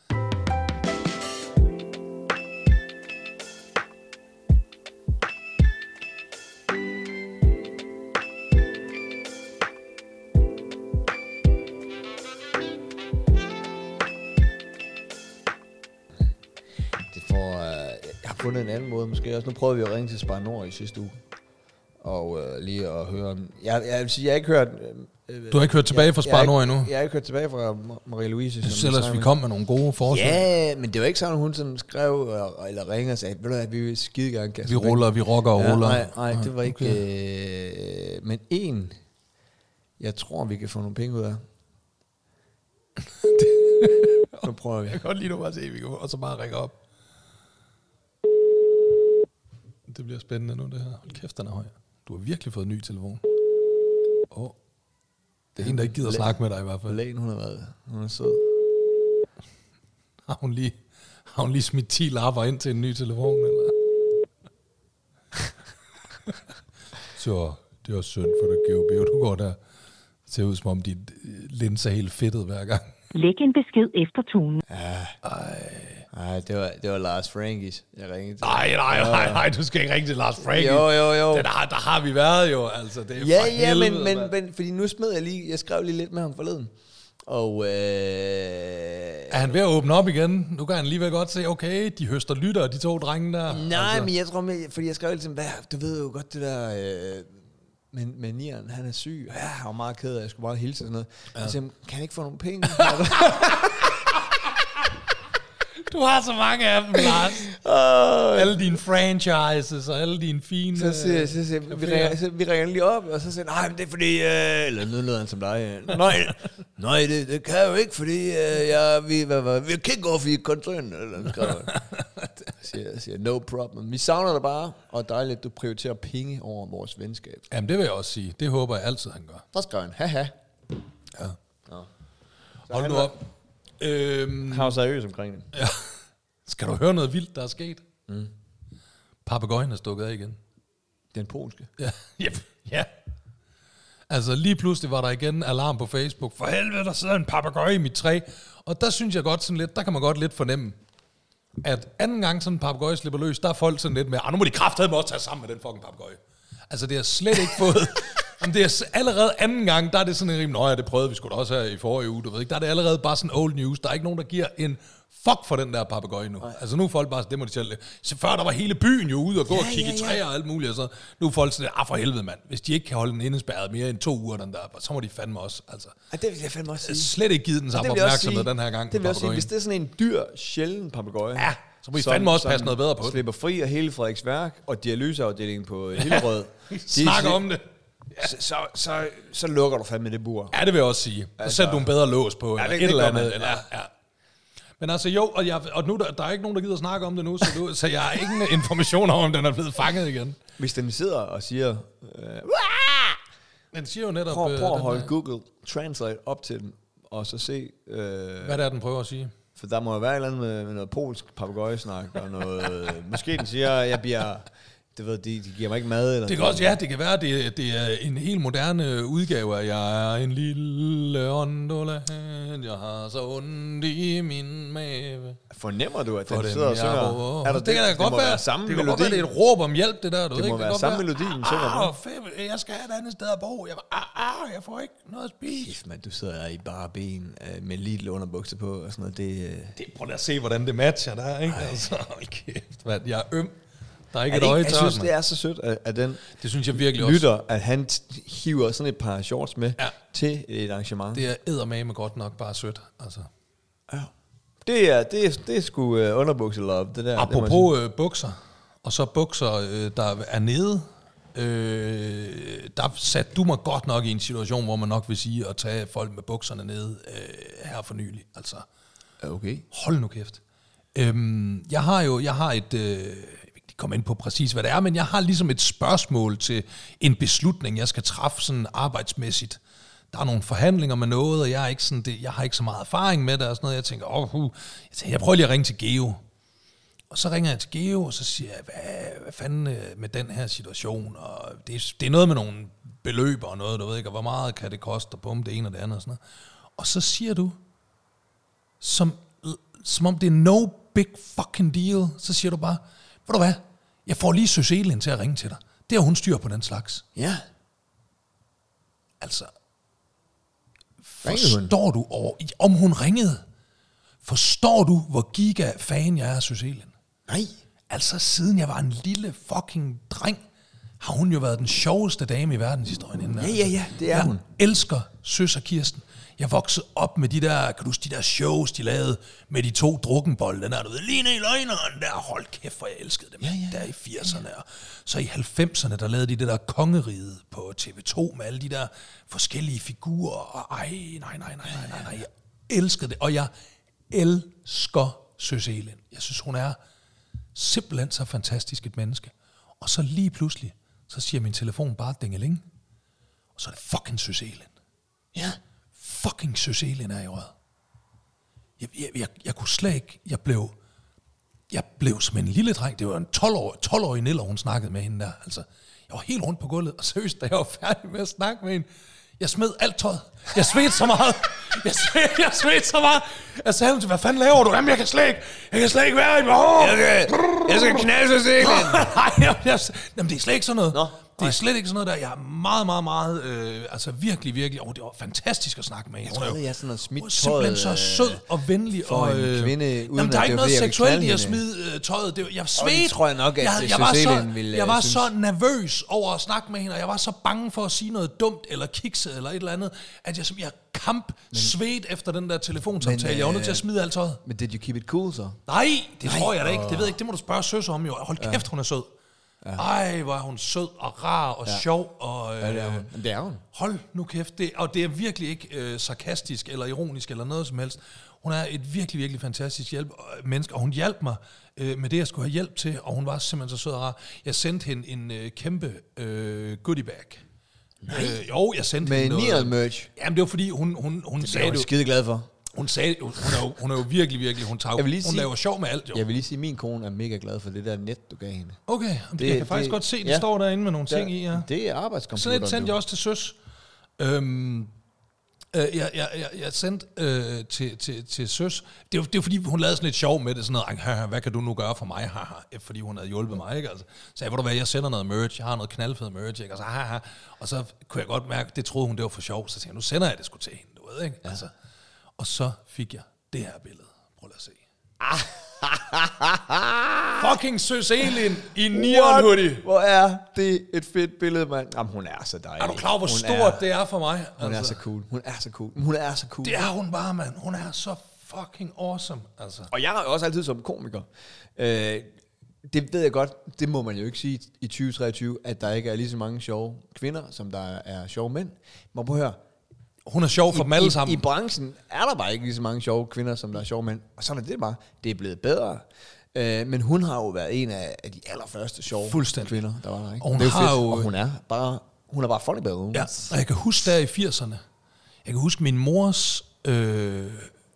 fundet en anden måde måske også. Nu prøvede vi at ringe til Spar Nord i sidste uge. Og øh, lige at høre om... Jeg, jeg vil sige, jeg har ikke hørt... Øh, du har ikke hørt tilbage fra Spar Nord endnu? Jeg har ikke hørt tilbage fra Marie-Louise. Jeg synes ellers, vi kom med nogle gode forslag. Ja, men det var ikke sådan, at hun sådan skrev eller ringede og sagde, ved du hvad, vi vil skide gerne kaste. Vi ruller, vi rocker og ja, ruller. Nej, nej, det var ikke... Okay. Øh, men en, jeg tror, vi kan få nogle penge ud af. Nu prøver vi. Jeg kan godt lide, du bare se, vi kan og så bare ringe op. Det bliver spændende nu, det her. Hold kæft, den er høj. Du har virkelig fået en ny telefon. Åh. Oh. Det er en, der ikke gider at snakke med dig i hvert fald. Lægen, hun har været. Hun er sød. Har hun lige, har hun lige smidt ti lapper ind til en ny telefon, eller? Så det er også synd for dig, G O B. Du går der. Det ser ud, som om dit linse er helt fedtet hver gang. Læg en besked efter tonen. Ja. Ej. Nej, det var, det var Lars Frankis, jeg ringede til. Nej, nej, nej, nej, du skal ikke ringe til Lars Frankis. Jo, jo, jo. Der, der har vi været jo, altså. Det er ja, for ja, helvede, men, men, men, fordi nu smed jeg lige, jeg skrev lige lidt med ham forleden. Og øh, er han ved at åbne op igen? Nu kan han alligevel godt se, okay, de høster lytter, de to drenge der. Nej, altså. men jeg tror, med, fordi jeg skrev lidt sådan, du ved jo godt det der... Øh, Men, men Nian, han er syg. Ja, jeg var meget ked af, jeg skulle bare hilse og sådan noget. Ja. Jeg sagde, kan han ikke få nogle penge? Du har så mange af dem, Lars. Oh. Alle dine franchises og alle dine fine... Så siger, så siger vi, ringer, så, vi ringer lige op, og så siger nej, men det er fordi... Øh, eller nu lyder han som dig. Nej, nej det, det kan jeg jo ikke, fordi øh, jeg, vi, hvad, hvad, vi er kick-off i koncernen. Eller noget, jeg siger, jeg siger, no problem. Vi savner dig bare, og dejligt, at du prioriterer penge over vores venskab. Jamen, det vil jeg også sige. Det håber jeg altid, han gør. Der skrev han, haha. Ja. Nå. Hold nu op. Øhm, han var seriøs omkring det. Ja. Skal du høre noget vildt, der er sket? Mm. Papagøjen er stukket af igen. Den polske? Ja. Yep. Ja. Altså lige pludselig var der igen alarm på Facebook. For helvede, der sidder en papagøje i mit træ. Og der synes jeg godt sådan lidt, der kan man godt lidt fornemme, at anden gang sådan en papagøje slipper løs, der er folk sådan lidt med, ah, nu må de kraftedeme også tage sammen med den fucking papagøje. Altså det har slet ikke fået... Jamen, det er allerede anden gang, der er det sådan en rimelig, nå ja, det prøvede vi sgu da også her i forrige uge, du ved ikke, der er det allerede bare sådan old news, der er ikke nogen, der giver en fuck for den der papagøje nu. Ej. Altså nu er folk bare, det må de selv. Så før der var hele byen jo ude og gå ja, og kigge ja, ja. i træer og alt muligt, og så nu er folk sådan, ah for helvede mand, hvis de ikke kan holde den indespærret mere end to uger, den der, så må de fandme også, altså. Ja, det vil jeg fandme også sige. Slet ikke givet den samme opmærksomhed den her gang. Det vil jeg også sige, hvis det er sådan en dyr, sjælden papagøje. Ja. Så må I fandme også passe noget bedre på det. Slipper fri af hele Frederiksværk og dialyseafdelingen på Hillerød. Snak om det. ja. så, så, så, så lukker du fandme det bur. Ja, det vil jeg også sige. Så Altså, sætter du en bedre lås på, ja, eller det- et det eller gør andet. man, Eller, ja. ja. Men altså jo, og, jeg, og nu der, der er ikke nogen, der gider snakke om det nu, så, du, så jeg har ingen information om, om den er blevet fanget igen. Hvis den sidder og siger, øh, Den siger jo netop... prøv, øh, prøv at den holde her- Google Translate op til den, og så se, øh, Hvad det er, den prøver at sige? for der må jo være et eller andet med, med noget polsk papegøjesnak, og noget, måske den siger, jeg bliver, det ved, de, de giver mig ikke mad, eller Det kan også, ja, det kan være, at det, det er en helt moderne udgave af, jeg er en lille åndoland, jeg har så ondt i min mave. Fornemmer du, at For den dem, sidder og jeg synger? bor- Er der det kan da godt må være. samme Det kan melodi. godt være, det er et råb om hjælp, det der. Du Det ved, må ikke? være godt samme melodi, den synger på. Ah, fedt, jeg skal have et andet sted at bo. Jeg, ah, ah, jeg får ikke noget at spise. Kæft, man, du sidder i bare ben øh, med lille underbukser på og sådan noget. Det, øh, Det, prøv lige at se, hvordan det matcher der, ikke? Altså, hold kæft, mand. Jeg er øm. Der er ikke er et det øje ikke, jeg tørt, synes, mand. det er så sødt, at, at den Det synes jeg virkelig også. lytter, at han t- hiver sådan et par shorts med Ja. til et arrangement. Det er eddermame godt nok bare sødt, altså. Ja. Det er, det er, det er sgu uh, underbukselop, det der. det må jeg sige. Apropos øh, bukser, og så bukser, øh, der er nede, øh, der satte du mig godt nok i en situation, hvor man nok vil sige at tage folk med bukserne nede øh, her for nylig. Altså, Okay. hold nu kæft. Øhm, jeg har jo, jeg har et, øh, jeg vil ikke komme ind på præcis, hvad det er, men jeg har ligesom et spørgsmål til en beslutning, jeg skal træffe sådan arbejdsmæssigt. Der er nogle forhandlinger med noget, og jeg, er ikke sådan, det, jeg har ikke så meget erfaring med det og sådan noget. Jeg tænker, åh, uh, jeg, tænker, jeg prøver lige at ringe til Geo. Og så ringer jeg til Geo, og så siger jeg, hvad, hvad fanden øh, med den her situation? Og det, er- det er noget med nogle beløb og noget, du ved ikke, og hvor meget kan det koste, og bum, det ene og det andet og sådan noget. Og så siger du, som, som om det er no big fucking deal, så siger du bare, ved du hvad, jeg får lige Søs Elin til at ringe til dig. Det har hun styr på den slags. Ja. Altså, Ringede hun? forstår du, over, om hun ringede, forstår du, hvor giga-fan jeg er af Søs Elin? Nej. Altså, siden jeg var en lille fucking dreng, har hun jo været den sjoveste dame i verdenshistorien. Inden Ja, ja, ja, det er jeg hun. elsker Søs og Kirsten. Jeg voksede op med de der, kan du huske, de der shows, de lavede med de to drukkenbold, den der, du ved, lige ned i løgneren, der, hold kæft, hvor jeg elskede dem, Ja, ja, der i firserne. Og så i halvfemserne, der lavede de det der kongeriget på T V to, med alle de der forskellige figurer, og ej, nej, nej, nej, nej, nej, nej, jeg elskede det, og jeg elsker Søs Elin. Jeg synes, hun er simpelthen så fantastisk et menneske. Og så lige pludselig, så siger min telefon bare dingeling, og så er det fucking Søs Elin. Ja. Fucking Søs Elin er i røret. Jeg, jeg, jeg, jeg kunne slet ikke, jeg blev, jeg blev som en lille dreng, det var en tolv-årig, tolv-årig Niller, hun snakkede med hende der, altså, jeg var helt rundt på gulvet, og seriøst, da jeg var færdig med at snakke med hende, jeg smed alt tøjet. Jeg svedte så meget. Jeg svedte, jeg svedte så meget. Jeg sagde hun til, hvad fanden laver du? Jamen, jeg kan slet ikke, jeg kan slet ikke være i mig. Jeg skal, jeg skal knalde Søs Elin. Nej, jeg, jeg, jamen, det er slet ikke sådan noget. Nå, det er slet ikke sådan noget der. Jeg er meget, meget, meget, øh, altså virkelig, virkelig, åh, det var fantastisk at snakke med hende. Jeg Hun er troede, jo- jeg sådan noget smidt hun er simpelthen tøjet, så øh, sød og venlig. for og, en øh, kvinde, uden jamen, der at er ikke det var, noget fordi jeg ville seksuelt i knalde at hende. smide øh, tøjet. Det var, jeg svedte. tror jeg nok, at jeg, det jeg var Søs så, Elin ville, Jeg var øh, så synes. nervøs over at snakke med hende, og jeg var så bange for at sige noget dumt, eller kikset, eller et eller andet, at jeg, som jeg kamp svedt efter den der telefonsamtale. Men, Jeg var nødt øh, til at smide alt tøjet. Men did you keep it cool så? Nej, det tror jeg da ikke. Det ved jeg ikke. Det må du spørge Søs om jo. Hold kæft, hun er sød. Ej, hvor er hun sød og rar og sjov. Og, øh, Ja, det er hun. Men det er hun. hold nu kæft. Det, og det er virkelig ikke øh, sarkastisk eller ironisk eller noget som helst. Hun er et virkelig, virkelig fantastisk hjælp, øh, menneske, og hun hjalp mig øh, med det, jeg skulle have hjælp til, og hun var simpelthen så sød og rar. Jeg sendte hende en øh, kæmpe øh, goodie bag. Øh, jo, jeg sendte Med hende Niel noget. merch. Jamen, det var fordi, hun, hun, hun Det er sagde jeg det. skide glad for. Hun sagde, hun er jo, hun er jo virkelig, virkelig, hun, tager, Jeg vil lige hun sige- laver sjov med alt jo. Jeg vil lige sige, at min kone er mega glad for det der net, du gav hende. Okay, det, Det- jeg kan faktisk det- godt se, det ja. står derinde med nogle ting i. Ja. Det er arbejdscomputeren. Sådan et sendte du. jeg også til Søs. Øhm, øh, jeg, jeg, jeg, jeg sendte øh, til, til, til Søs. Det er, det er fordi, hun lavede sådan lidt sjov med det. Sådan noget, "Haha, hvad kan du nu gøre for mig? Haha," fordi hun havde hjulpet mig. Ikke? Altså, så jeg, ved du hvad, jeg sender noget merch. Jeg har noget knaldfed merch. Ikke? Og, så, haha. Og så kunne jeg godt mærke, det troede hun, det var for sjov. Så tænkte jeg, nu sender jeg det sgu til hende. Du ved, ikke? Ja. Altså, og så fik jeg det her billede. Prøv lige at se. Fucking Søs Elin i neon hoodie. Hvor er det et fedt billede, mand. Jamen, hun er så dejlig. Er du klar over, hvor Hun stort er, det er for mig? Hun er så cool. Hun er så cool. Hun er så cool. Det er hun bare, mand. Hun er så fucking awesome. Altså. Og jeg har jo også altid som komiker øh, det ved jeg godt, det må man jo ikke sige i tyve treogtyve, at der ikke er lige så mange sjove kvinder, som der er sjove mænd. Men prøv at høre. Hun er sjov for dem alle sammen. I, I branchen er der bare ikke lige så mange sjove kvinder, som der er sjove mænd. Og sådan er det bare. Det er blevet bedre. Øh, men hun har jo været en af, af de allerførste sjove kvinder, der var der. Ikke? Og hun, det er har fedt, jo, og hun er bare, hun er bare funny bedre. Ja, og jeg kan huske der i firserne. Jeg kan huske min mors... Øh,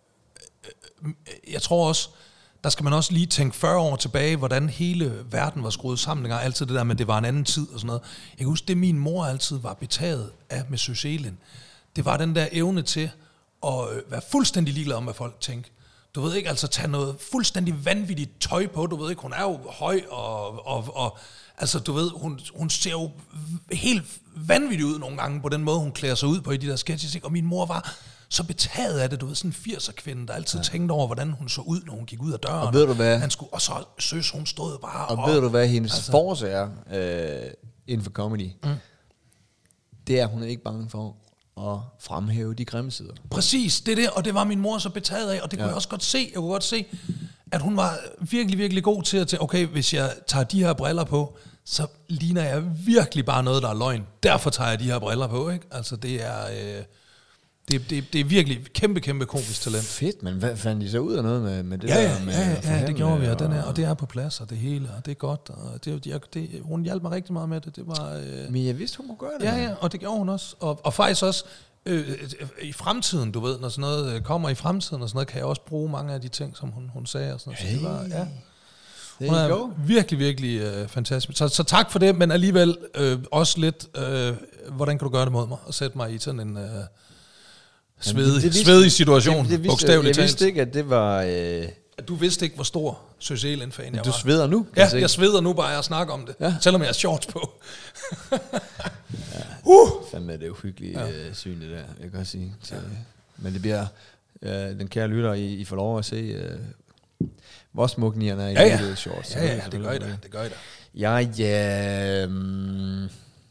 jeg tror også... Der skal man også lige tænke fyrre år tilbage, hvordan hele verden var skruet sammen. Altid det der med, at det var en anden tid og sådan noget. Jeg kan huske, det min mor altid var betaget af med Søs Elin. Det var den der evne til at være fuldstændig ligeglad om, hvad folk tænker. Du ved ikke, altså tage noget fuldstændig vanvittigt tøj på. Du ved ikke, hun er jo høj og... og, og altså, du ved, hun, hun ser jo helt vanvittigt ud nogle gange på den måde, hun klæder sig ud på i de der sketches. Ikke? Og min mor var... så betaget af det, du ved, sådan en firser-kvinde, der altid ja. tænkte over, hvordan hun så ud, når hun gik ud af døren. Og ved du hvad? Han skulle, og så Søs, hun stod bare... Og, og ved du hvad hendes altså, force er øh, inden for comedy? Mm. Det er, hun er ikke bange for at fremhæve de grimme sider. Præcis, det er det, og det var min mor så betaget af, og det kunne ja. jeg også godt se. Jeg kunne godt se, at hun var virkelig, virkelig god til at tænke, okay, hvis jeg tager de her briller på, så ligner jeg virkelig bare noget, der er løgn. Derfor tager jeg de her briller på, ikke? Altså, det er... Øh, Det, det, det er virkelig kæmpe, kæmpe komisk talent. Fedt, men hvad fandt de så ud af noget med, med det ja, der? Med ja, ja, ja det gjorde vi, og, og, den er, og det er på plads, og det hele, og det er godt. Og det, det, det, hun hjalp mig rigtig meget med det. Det var, øh, men jeg vidste, hun må gøre det. Ja, ja, og det gjorde hun også. Og, og faktisk også øh, i fremtiden, du ved, når sådan noget kommer i fremtiden, og sådan noget, kan jeg også bruge mange af de ting, som hun, hun sagde. Og sådan noget. Hey. Så det var, ja. Hun er virkelig, virkelig øh, fantastisk. Så, så tak for det, men alligevel øh, også lidt, øh, hvordan kan du gøre det mod mig, og sætte mig i sådan en... Øh, Svedig, vidste, svedig situation, det, det bogstaveligt talt. Jeg vidste ikke, at det var... Øh... Du vidste ikke, hvor stor Søs Elin-fan jeg var. Du sveder nu? Ja, jeg sveder nu bare af at snakke om det, ja. selvom jeg har shorts på. ja, uh! Fandme er det uhyggelige ja. øh, syn, det der, jeg kan også sige. Til, ja. Men det bliver, øh, den kære lytter, I, I får lov at se, øh, hvor smuknierne er i ja, ja. de shorts. Ja, ja, det gør I da, det gør I da. Ja, ja... Um,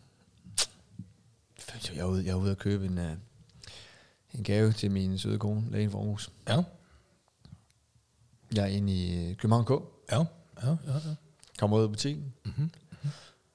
jeg er ude, jeg er ude at købe en... Uh, En gave til min søde kone, lægen for Aarhus. Ja. Jeg er inde i København K. Ja, ja, ja. ja. Kommer ud af butikken. Mm-hmm. Mm-hmm.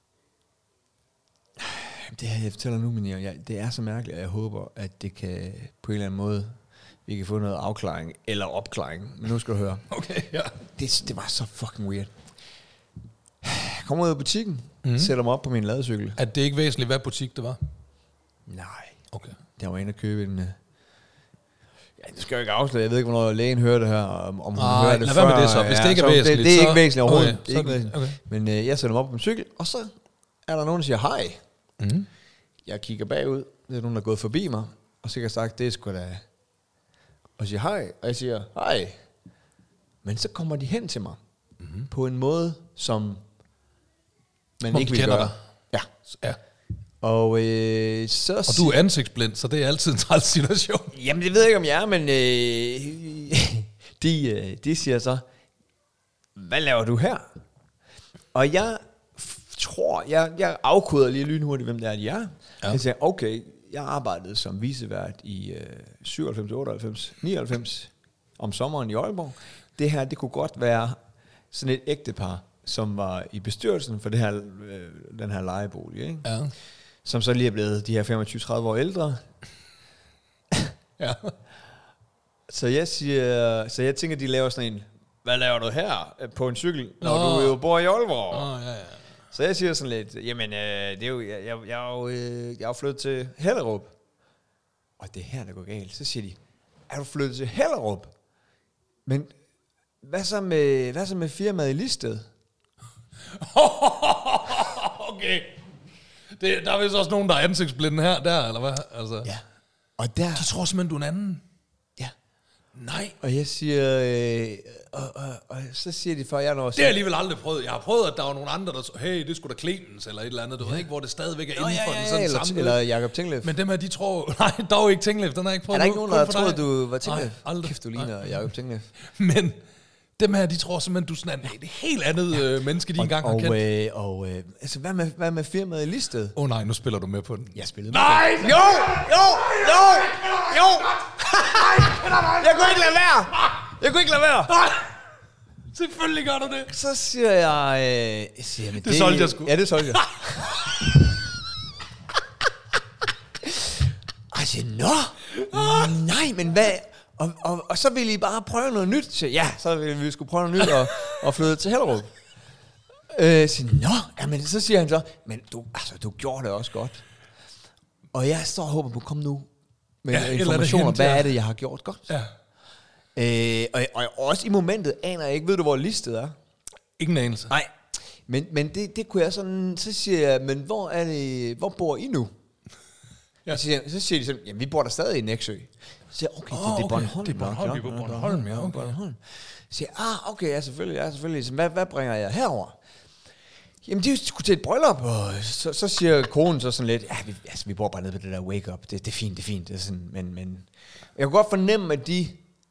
Det her, jeg fortæller nu, men jeg, det er så mærkeligt, og jeg håber, at det kan på en eller anden måde, vi kan få noget afklaring, eller opklaring. Men nu skal du høre. Okay, ja. Det, det var så fucking weird. Jeg kommer ud af butikken, mm-hmm. sætter mig op på min ladecykel. Er det ikke væsentligt, hvad butik det var? Nej. Okay. Jeg var inde og købe en... Ja, det skal jeg ikke afsløre. Jeg ved ikke, hvornår lægen hører det her, om, om hun Ej, hører det lad før. Lad være med det så, hvis ja, det ikke er væsentligt. Det, det er ikke væsentligt overhovedet. Okay, det er ikke væsentligt. Okay. Men øh, jeg sætter mig op på en cykel, og så er der nogen, der siger hej. Mm. Jeg kigger bagud. Det er nogen, der er gået forbi mig, og så har jeg sagt, det er sgu da... Og siger hej, og jeg siger hej. Men så kommer de hen til mig, mm. på en måde, som man Må ikke vil gøre. Dig. Ja. Ja. Og, øh, så og du er ansigtsblind, så det er altid en træls situation. Jamen, det ved jeg ikke, om jeg er, men øh, de, øh, de siger så, hvad laver du her? Og jeg f- tror, jeg, jeg afkoder lige lynhurtigt, hvem det er, de er. Ja. Jeg siger, okay, jeg arbejdede som vicevært i øh, syvoghalvfems, otteoghalvfems, nioghalvfems om sommeren i Aalborg. Det her, det kunne godt være sådan et ægtepar, som var i bestyrelsen for det her, øh, den her lejebolig, ikke? Ja. Som så lige er blevet de her femogtyve til tredive år ældre. Ja. Så jeg siger, så jeg tænker, de laver sådan en, hvad laver du her på en cykel, når Nå. du jo bor i Aalborg? Nå, ja, ja. Så jeg siger sådan lidt, jamen, øh, det er jo, jeg, jeg, jeg, er jo, øh, jeg er jo flyttet til Hellerup. Og det er her, der går galt. Så siger de, er du flyttet til Hellerup? Men hvad så med, hvad så med firmaet i Listed? Okay. Det, der er vist også nogen, der er ansigtsblinde her, der, eller hvad? Altså. Ja. Og der... De tror simpelthen, du er en anden. Ja. Nej. Og jeg siger... Øh, og, og, og så siger de for, jeg når... Det har jeg alligevel aldrig prøvet. Jeg har prøvet, at der var nogle andre, der så, hey, det skulle da Clemens, eller et eller andet, du ja. ved ikke, hvor det stadigvæk er inden ja, for ja, den sådan eller, samme. Eller Jacob Tinglef. Men dem her, de tror... Nej, dog ikke Tinglef, den har jeg ikke prøvet. Er der ikke nogen, der har troet, du var Tinglef? Nej, aldrig. Kæft, du ligner Jacob Tinglef. Men... Dem her, de tror simpelthen, du er sådan et helt andet ja. øh, menneske, de og, engang har og, kendt. Øh, og øh, altså, hvad med, hvad med firmaet i Listed? Åh oh, nej, nu spiller du med på den. Jeg spillede nej, med Nej! Jo! Jo! Jo! Jo! Jeg kunne ikke lade være! Jeg kunne ikke lade være! Selvfølgelig gør du det. Så siger jeg... Øh, siger, men Det solgte jeg sgu. Ja, det solgte jeg. Og jeg siger, nå, nej, men hvad... Og, og, og så ville I bare prøve noget nyt. Så ja, så ville vi skulle prøve noget nyt og, og flytte til Hellerup. Øh, siger, nå, jamen, så siger han så, men du, altså, du gjorde det også godt. Og jeg står og håber på, kom nu med Ja, informationer, hint, hvad ja. er det, jeg har gjort godt. Ja. Øh, og, og også i momentet aner jeg ikke, ved du, hvor listet er? Ingen anelse. Nej, men, men det, det kunne jeg sådan, så siger jeg, men hvor er det, hvor bor I nu? Ja. Så, siger, så siger de sådan, jamen vi bor der stadig i Nexø. Så siger jeg, okay, Åh, det, det er okay, Bornholm. det er Bornholm, vi nok, bor på nok, Bornholm, nok, ja, nok, okay. Bornholm. Så siger jeg, ah, okay, ja selvfølgelig, ja selvfølgelig. Så hvad, hvad bringer jeg herover? Jamen, de skulle til et bryllup, og så, så siger konen så sådan lidt, ja, vi, altså, vi bor bare nede på det der wake-up, det, det er fint, det er fint, det er sådan, men, men jeg kunne godt fornemme, at de,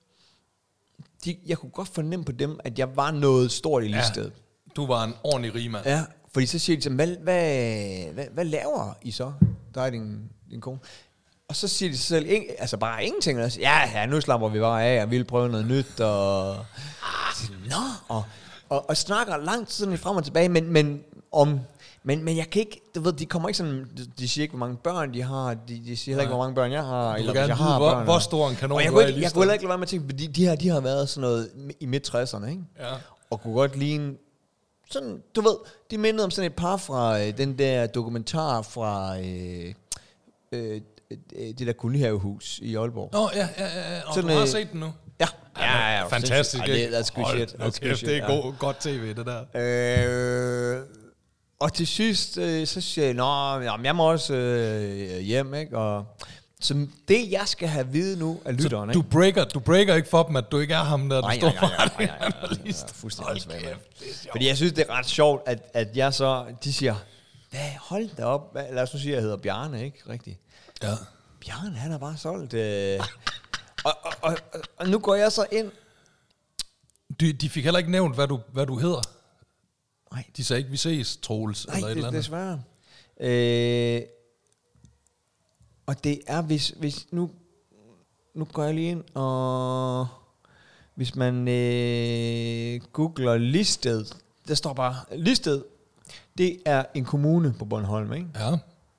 de, jeg kunne godt fornemme på dem, at jeg var noget stort i listet. Ja, du var en ordentlig rigmand. Ja, fordi så siger de til mig, hvad, hvad, hvad, hvad laver I så, der er din, din kone? Og så siger de sig selv, ing, altså bare ingenting, og så, ja, ja, nu slapper vi bare af, og vi vil prøve noget nyt, og, nå, og, og, og snakker langt sådan frem og tilbage, men, men om, men, men jeg kan ikke, du ved, de kommer ikke sådan, de siger ikke, hvor mange børn de har, de, de siger heller ikke, hvor mange børn jeg har, Du eller vil hvis jeg gerne har vide, hvor, børn. hvor stor en kanon Og jeg du kunne er i ikke, jeg kunne listet. heller ikke lade være med at tænke, fordi de her, de har været sådan noget i midt tresserne, ikke? Ja. Og kunne godt ligne, sådan, du ved, de mindede om sådan et par fra øh, den der dokumentar fra øh, øh, det der kolonihavehus i Aalborg. Nå, ja, ja, ja, ja. Og Sådan, du har øh, set den nu? Ja, ja, ja, Fantastisk, Ej, det, ikke? that's good Hold shit. nu That's good kæft, shit. det er ja. god, godt tv, det der. Øh, og til sidst, øh, så siger jeg, nå, jamen, jeg må også øh, hjem, ikke? Og så det, jeg skal have at vide nu af lytteren, Du ikke? breaker, du breaker ikke for dem, at du ikke er ham, der, der Nej, står nej, nej, nej, for nej, nej, nej, dig. nej, nej, fuldstændig Hold åndssvagt, kæft, mand. det er sjovt. Fordi jeg synes, det er ret sjovt, at, at jeg så, de siger, hvad, hold da op, hvad, lad os nu sige, at jeg hedder Bjarne, ikke? Rigtigt. Ja. Bjarne, han har bare solgt. Øh, og, og, og, og nu går jeg så ind. De, de fik heller ikke nævnt, hvad du, hvad du hedder. Nej, De sagde ikke, vi ses, Troels, nej eller et det, eller andet. desværre. Øh, og det er, hvis, hvis nu, nu går jeg lige ind, og hvis man øh, googler Listed, der står bare, Listed, det er en kommune på Bornholm, ikke? Ja.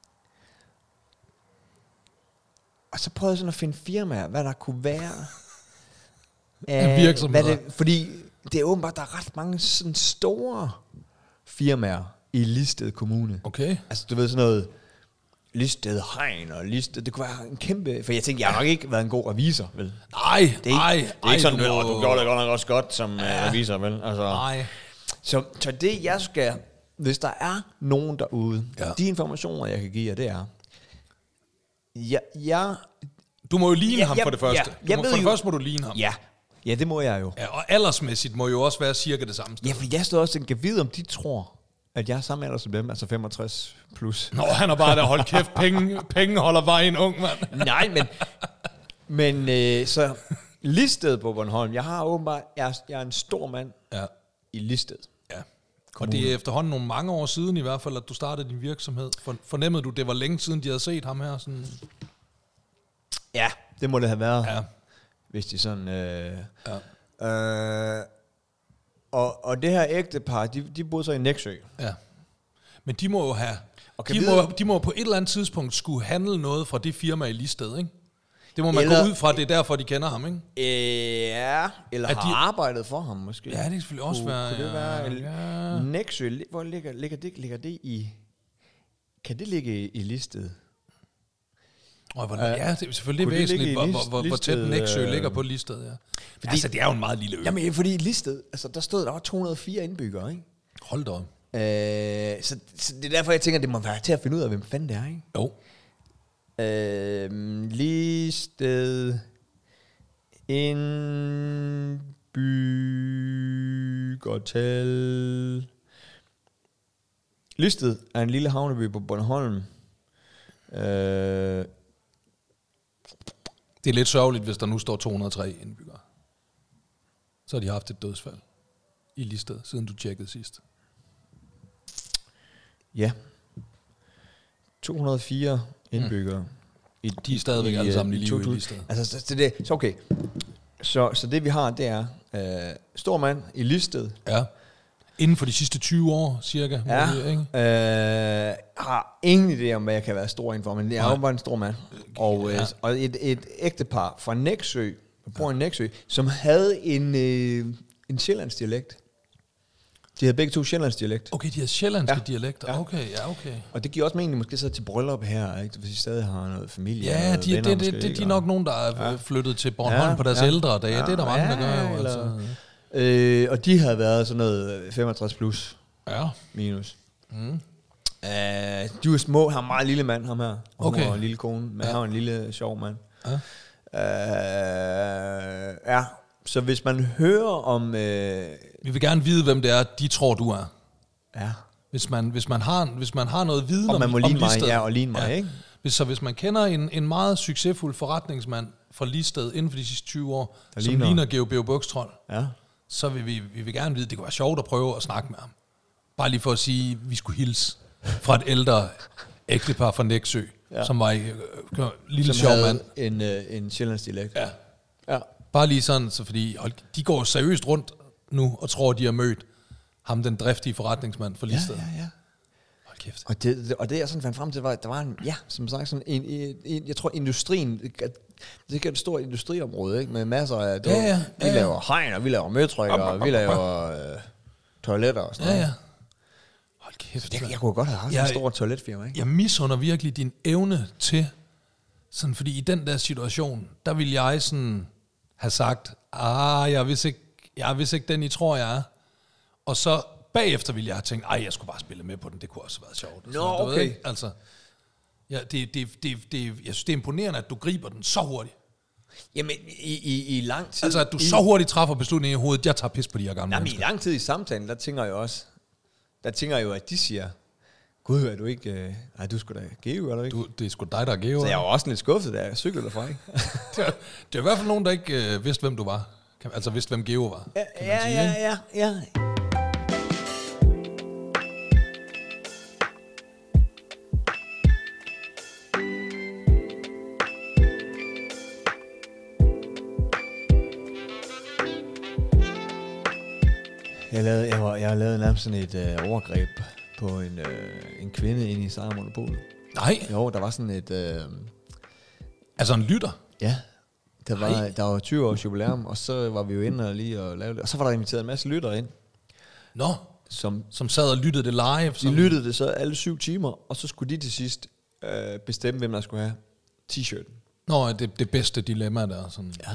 Og så prøvede jeg sådan at finde firmaer, hvad der kunne være. Af virksomheder. Hvad det, fordi det er åbenbart, der er ret mange sådan store firmaer i Listed Kommune. Okay. Altså, du ved sådan noget Listed Hegn og Listed, det kunne være en kæmpe... For jeg tænkte, jeg har nok ikke været en god revisor, vel? Nej, Det er ikke, nej, det er ikke sådan, du, at du gjorde det godt nok også godt som ja. uh, revisor, vel? Altså, Nej. så, så det, jeg skal... Hvis der er nogen derude, Ja. de informationer, jeg kan give jer, det er... Jeg, jeg Du må jo ligne Ja, ham jeg- for det første. ja, Du jeg må, ved for det jo- første må du ligne ham. Ja, ja, det må jeg jo. Ja, og aldersmæssigt må jo også være cirka det samme sted. Ja, for jeg stod også og kan vide, om de tror, at jeg er samme alder som dem, altså femogtres plus. Nå, han er bare der, hold kæft, penge, penge holder vejen, ung mand. Nej, men, men øh, så Listed på Bornholm, jeg har åbenbart, jeg er, jeg er en stor mand Ja, i Listed. ja. Og det er efterhånden nogle mange år siden i hvert fald, at du startede din virksomhed. For, fornemmede du, det var længe siden, de havde set ham her? Sådan? Ja, det må det have været, Ja, hvis de sådan... Øh, ja, øh, og, og det her ægtepar, de, de boede så i Nexø. ja. Men de må jo have... Og kan De vide- må, de må på et eller andet tidspunkt skulle handle noget fra det firma i Listed, ikke? Det må man Eller- gå ud fra, det er derfor, de kender ham, ikke? Øh, ja, eller At har de- arbejdet for ham måske. Ja, det kan selvfølgelig også kunne, være... Kunne det være ja, ja. Nexø, li- hvor ligger, ligger, det, ligger det i... Kan det ligge i, i Listed? Og hvor, ja, det er selvfølgelig kunne det væsentligt, ligge i hvor, list- hvor, hvor, hvor tæt listet, Nexø øh, ligger på listet, ja. fordi- Fordi, altså, det er jo en meget lille ø. Jamen, fordi i Listed, altså der stod, der var to hundrede og fire indbyggere, ikke? Hold da op. Øh, så, så det er derfor, jeg tænker, det må være til at finde ud af, hvem fanden det er, ikke? Jo. Øh, Listed indbyggertal. Listed er en lille havneby på Bornholm. Øh, Det er lidt sørgeligt, hvis der nu står to hundrede og tre indbyggere. Så har de haft et dødsfald i listet, siden du tjekkede sidst. ja. to hundrede og fire indbyggere. Mm. I, De er stadigvæk alle sammen i live i to tusind. listet. Altså, så, så, det, så okay. Så, så det vi har, det er øh, stor mand i Listed. Ja. Inden for de sidste tyve år, cirka. Ja. Det, ikke? Øh, har ingen idé om, hvad jeg kan være stor indenfor, men jeg er jo bare en stor mand. Og, Ja. øh, og et, et ægtepar fra Nexø, der bor i Nexø, som havde en, øh, en sjællandsk dialekt. De havde begge to sjællandsk dialekt. Okay, de har sjællandske Ja. dialekter. Ja. Okay, ja, okay. Og det giver også mening måske så til bryllup her, ikke? Hvis de stadig har noget familie. Ja, noget de, venner, det, måske, det, det, ikke? de er nok nogen, der er Ja. flyttet til Bornholm Ja, på deres ja. ældre dage. Det er der mange, der gør jo. eller- Altså. Øh, og de havde været sådan noget femogtres plus Ja. minus. Mm. Uh, de var små, han er en meget lille mand, ham her. Og Okay. hun var en lille kone, men Ja. han var en lille sjov mand. Ja. Uh, ja, så hvis man hører om... Uh, Vi vil gerne vide, hvem det er, de tror, du er. ja, Hvis man, hvis man, har, hvis man har noget viden og om, man må om ligne mig, Listed. ja, og ligne mig, Ja. ikke? Hvis, så hvis man kender en, en meget succesfuld forretningsmand fra Listed inden for de sidste tyve år, Der som ligner- ligner Geo Beo Bukstrol, Ja. så vil vi, vi vil gerne vide, det kunne være sjovt at prøve at snakke med ham. Bare lige for at sige, at vi skulle hilse fra et ældre ægtepar fra Nexø, ja. Ja. som var en øh, lille Som sjov havde mand. en, uh, en sjællandsk dialekt. Ja. Ja. Bare lige sådan, så fordi hold, de går seriøst rundt nu og tror, de har mødt ham, den driftige forretningsmand fra Ja, Listed. ja, ja. Hold kæft. Og det, det, og det jeg sådan fandt frem til, var, at der var en, ja, som sagt, sådan en, en, en jeg tror industrien, det er et stort industriområde, ikke, med masser af, det, Ja, ja, vi ja, ja. laver hegn, og vi laver møtrykker, og vi laver øh, toiletter og sådan Ja, noget. ja. Hold kæft. Jeg, jeg kunne godt have haft Jeg- en stor toiletfirma, ikke? Jeg misunder virkelig din evne til, sådan, fordi i den der situation, der vil jeg sådan have sagt, ah, jeg er vist ikke, jeg er vist ikke den, I tror, jeg er. Og så bagefter ville jeg have tænkt, ej, jeg skulle bare spille med på den, det kunne også have været sjovt. Og sådan Nå, noget, du ved okay. ikke? Altså, ja, det, det, det, det, jeg synes, det er imponerende, at du griber den så hurtigt. Jamen, i, i, i lang tid... Altså, at du i, så hurtigt træffer beslutningen i hovedet, jeg tager pis på de her gamle Jamen, i mennesker. lang tid i samtalen, der tænker jeg også, der tænker jeg jo, at de siger, gud, er du ikke... Øh, nej, du skulle da gave, er du ikke? Du, det er sgu dig, der er gave. Så jeg var også lidt skuffet, da jeg cyklede derfra, ikke? det, er, det er i hvert fald nogen, der ikke øh, vidste, hvem du var. Kan- Altså vidste, hvem Geo var. Ja, kan man ja, sige, ja, ikke? ja, ja. Jeg lavede, jeg, var, jeg lavede nærmest sådan et øh, overgreb på en, øh, en kvinde inde i Sejr Monopol. Nej, Jo, der var sådan et... Øh, altså en lytter. ja, der var, Nej. der var tyve års jubilæum, og så var vi jo inde og lige og lavede det. Og så var der inviteret en masse lyttere ind, Nå, som som sad og lyttede det live. de Som, lyttede det så alle syv timer, og så skulle de til sidst øh, bestemme, hvem der skulle have t-shirten. Nå, det, det bedste dilemma der. Sådan. Ja.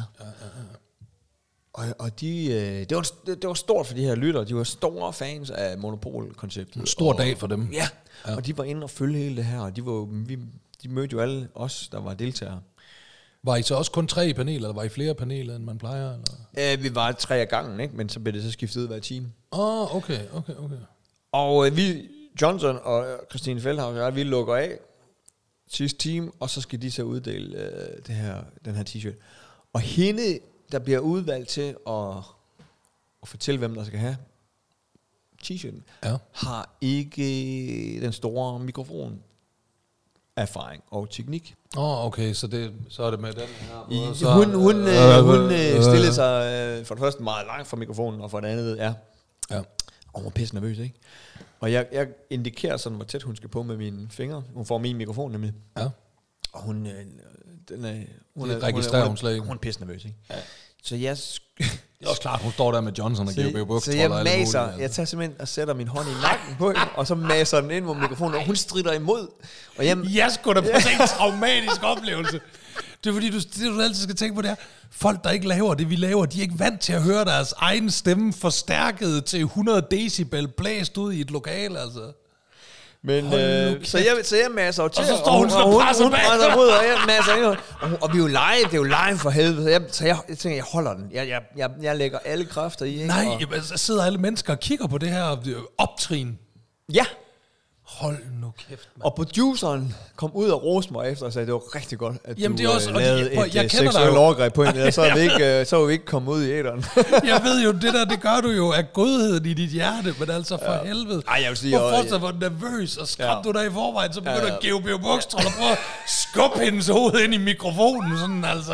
Og, og de, øh, det, var, det, det var stort for de her lyttere. De var store fans af Monopol-konceptet. En stor og, dag for dem. Ja, Ja. ja, og de var inde og følge hele det her, og de, var, vi, de mødte jo alle os, der var deltagere. Var I så også kun tre i paneler, eller var I flere paneler, end man plejer? Eller? Øh, vi var tre af gangen, ikke? Men så blev det så skiftet ud hver time. Åh, oh, okay, okay, okay. Og øh, vi, Johnson og Christine Feldhaus, og jeg, vi lukker af sidste time, og så skal de så uddele øh, det her, den her t-shirt. Og hende, der bliver udvalgt til at, at fortælle, hvem der skal have t-shirten, Ja. har ikke den store mikrofon erfaring og teknik. Åh, oh, okay, så, det, så er det med den her I, måde, så, hun hun, øh, hun øh, stillede sig øh, for det første meget langt fra mikrofonen, og for det andet, ja, Ja. og hun var pisse nervøs, ikke? Og jeg, jeg indikerer sådan, hvor tæt hun skal på med mine fingre. Hun får min mikrofon nemlig. Ja. Og hun, øh, den er, hun Det er, registrerer hun, hun slet ikke. Hun er pisse nervøs, ikke? Ja. Så jeg, sk- Det er også klart, hun står der med Johnson og Geo Beo så, Bukstrol så jeg og alt muligt, maser, altså. jeg tager simpelthen og sætter min hånd i nakken på hende, og så maser den ind mod mikrofonen, og hun strider imod. Og jeg, Jeg skulle da på en traumatisk oplevelse. Det er fordi, du, det du altid skal tænke på, det er, folk, der ikke laver det, vi laver, de er ikke vant til at høre deres egen stemme forstærket til hundrede decibel blæst ud i et lokal, altså. Men, Hold nu øh, kæft. så, jeg, så jeg masser jo til, Og så står hun og og hun, presser hun, bag. hun, presser ud, og jeg masser ind, og, hun- og vi er jo live, det er jo live for helvede, så jeg, så jeg, jeg tænker, jeg holder den, jeg, jeg, jeg, jeg lægger alle kræfter i, ikke? Nej, og, jamen, så sidder alle mennesker og kigger på det her øh, optrin. ja, Hold nu kæft, mand. og produceren kom ud og roste mig efter og sagde, det var rigtig godt, at Jamen, du det er også- øh, og de- lavede prøv, et jeg øh, kender dig seksuelt jo. overgreb på hende, så er vi ikke, øh, så er vi ikke kommet ud i æderen. Jeg ved jo, det der, det gør du jo af godheden i dit hjerte, men altså for ja. helvede. Ej, jeg vil sige, Hvor og- fortsat var nervøs, og skræmte Ja. du dig i forvejen, så begynder Ja, ja. Geo Beo Bukstrol og prøve at skubbe hendes hoved ind i mikrofonen, sådan altså.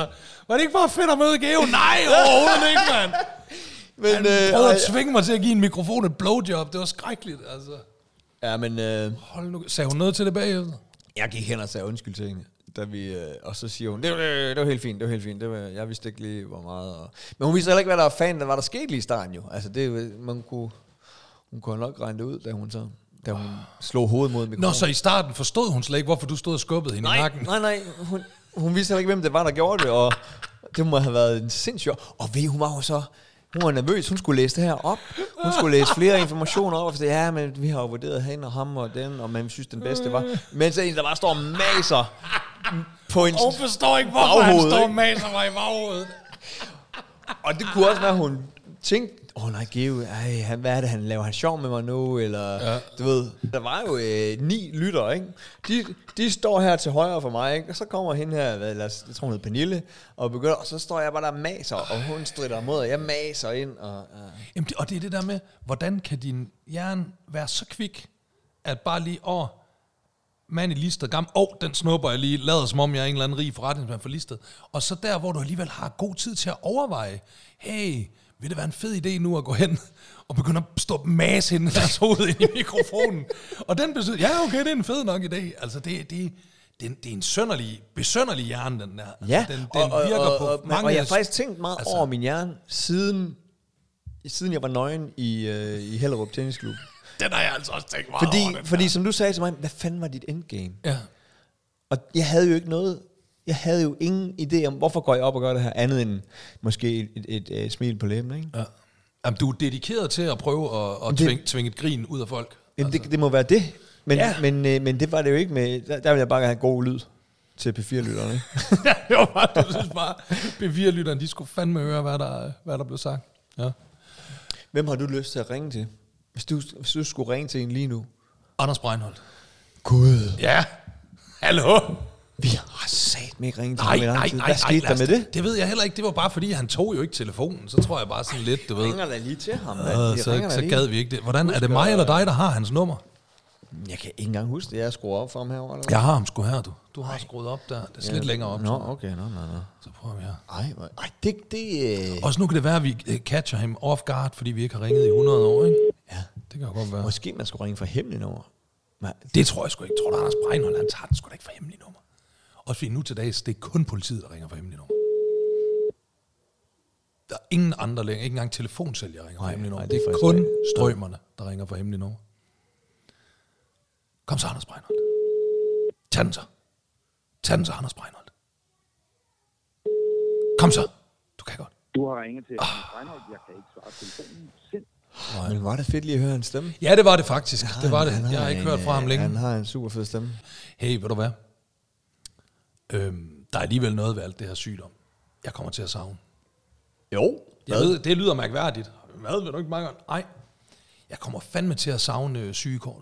Var det ikke bare fedt at møde Geo? Nej, overhovedet ikke, mand. Men, han øh, prøvede at tvinge mig til at give en mikrofon et blowjob. Det var skrækkeligt, altså. Ja, men... Øh, Hold nu. Sagde hun noget til det bagefter? Jeg gik hen og sagde undskyld til hende. Da vi, øh, og så siger hun, det var, det var helt fint, det var helt fint. Det var, jeg vidste ikke lige, hvor meget. Og, men hun vidste heller ikke, hvad der var fan, der var der skete lige i starten jo. Altså, det, man kunne, hun kunne nok regne det ud, da hun så... Da hun slog hovedet mod mikrofonen. Nå, så i starten forstod hun slet ikke, hvorfor du stod og skubbede hende nej, i nakken? Nej, nej, hun, hun vidste heller ikke, hvem det var, der gjorde det, og det må have været en sindssyg... Og ved, hun var jo så... Hun var nervøs, hun skulle læse det her op. Hun skulle læse flere informationer op, og sige, ja, men vi har jo vurderet hende og ham og den, og man synes, den bedste var... Men så en, der bare står og maser på en... Hun forstår ikke, hvorfor han står og maser mig i baghovedet. Og det kunne også være, hun tænkte, åh oh, nej, Geo, ej, han, hvad er det, han laver? Han sjov med mig nu, eller ja. Du ved, der var jo øh, ni lyttere, ikke? De, de står her til højre for mig, ikke? Og så kommer hende her, hvad, jeg tror hun hedder Pernille, og begynder, og så står jeg bare der og maser, og hun stritter mod, og jeg maser ind, og... Uh. Jamen, det, og det er det der med, hvordan kan din hjerne være så kvik, at bare lige, åh, oh, mand i listet, gammel, åh, oh, den snupper jeg lige, lader som om jeg er en eller anden rig forretningsmand for listet, og så der, hvor du alligevel har god tid til at overveje, hey, vil det være en fed idé nu at gå hen og begynde at stå og mase hende deres hoved ind i mikrofonen? Og den betyder, ja okay, det er en fed nok idé. Altså det, det, det, det er en sønderlig, besønderlig hjerne, den der. Ja, den, den og, virker og, på og, mange... Og jeg har faktisk tænkt meget altså, over min hjerne, siden, siden jeg var nøgen i, uh, i Hellerup Tennisklub. Den har jeg altså også tænkt meget fordi, over. Fordi som du sagde til mig, hvad fanden var dit endgame? Ja. Og jeg havde jo ikke noget... Jeg havde jo ingen idé om, hvorfor går jeg op og gør det her, andet end måske et, et, et, et smil på læben, ikke? Ja. Jamen, du er dedikeret til at prøve at, at det, tvinge, tvinge et grin ud af folk. Jamen, altså. det, det må være det. Men, ja. men, men, men det var det jo ikke med... Der, der ville jeg bare have god lyd til P fire-lytterne, ikke? Det var bare, du synes bare, P fire-lytterne, de skulle fandme høre, hvad der, hvad der blev sagt. Ja. Hvem har du lyst til at ringe til? Hvis du, hvis du skulle ringe til en lige nu. Anders Breinholt. Gud. Ja. Hallo. Vi har sat mig ikke ringe til nej, ham i lang nej, tid. nej, Hvad skete nej, der med det? Det ved jeg heller ikke. Det var bare fordi, han tog jo ikke telefonen. Så tror jeg bare sådan lidt, du ved. Ringer da lige til ham. Øh, så så lige. gad vi ikke det. Hvordan, er det mig eller dig, der har hans nummer? Jeg kan ikke engang huske det. Jeg skruer op for ham herovre. Jeg har ham sgu her, du. Du har skruet op der. Det er ja, lidt længere op. Nå, okay. Nå, nå, nå. Så prøver vi her. Ej, ej det... det øh... Også nu kan det være, at vi catcher ham off guard, fordi vi ikke har ringet i hundrede år, ikke? Ja. Det kan godt være. Måske man skulle ringe fra hemmelig nummer. Men det tror jeg sgu ikke. Jeg tror, der er Anders Breinholt, han tager den sgu da ikke fra hemmelig nummer. Også fordi nu til dags, det er kun politiet, der ringer fra hemmelig nummer. Der er ingen andre længere, ikke engang telefonsælger ringer fra hemmelig nummer. Det er kun strømmerne, der ringer fra hemmelig nummer. Kom så, Anders Breinholt. Tag den så. Tag den så, Anders Breinholt. Kom så. Du kan godt. Du har ringet til ah. Anders Breinholt. Jeg kan ikke svare telefonen. Sind. Nej. Men var det fedt lige at høre hans stemme? Ja, det var det faktisk. Ja, det var det. Har jeg har ikke en, hørt fra ham længe. Han har en super fed stemme. Hey, ved du hvad? Øhm, der er alligevel noget ved alt det her sygdom. Jeg kommer til at savne. Jo. Jeg ved, det lyder mærkværdigt. Hvad ved du ikke mange gange? Nej. Jeg kommer fandme til at savne øh, sygekortet.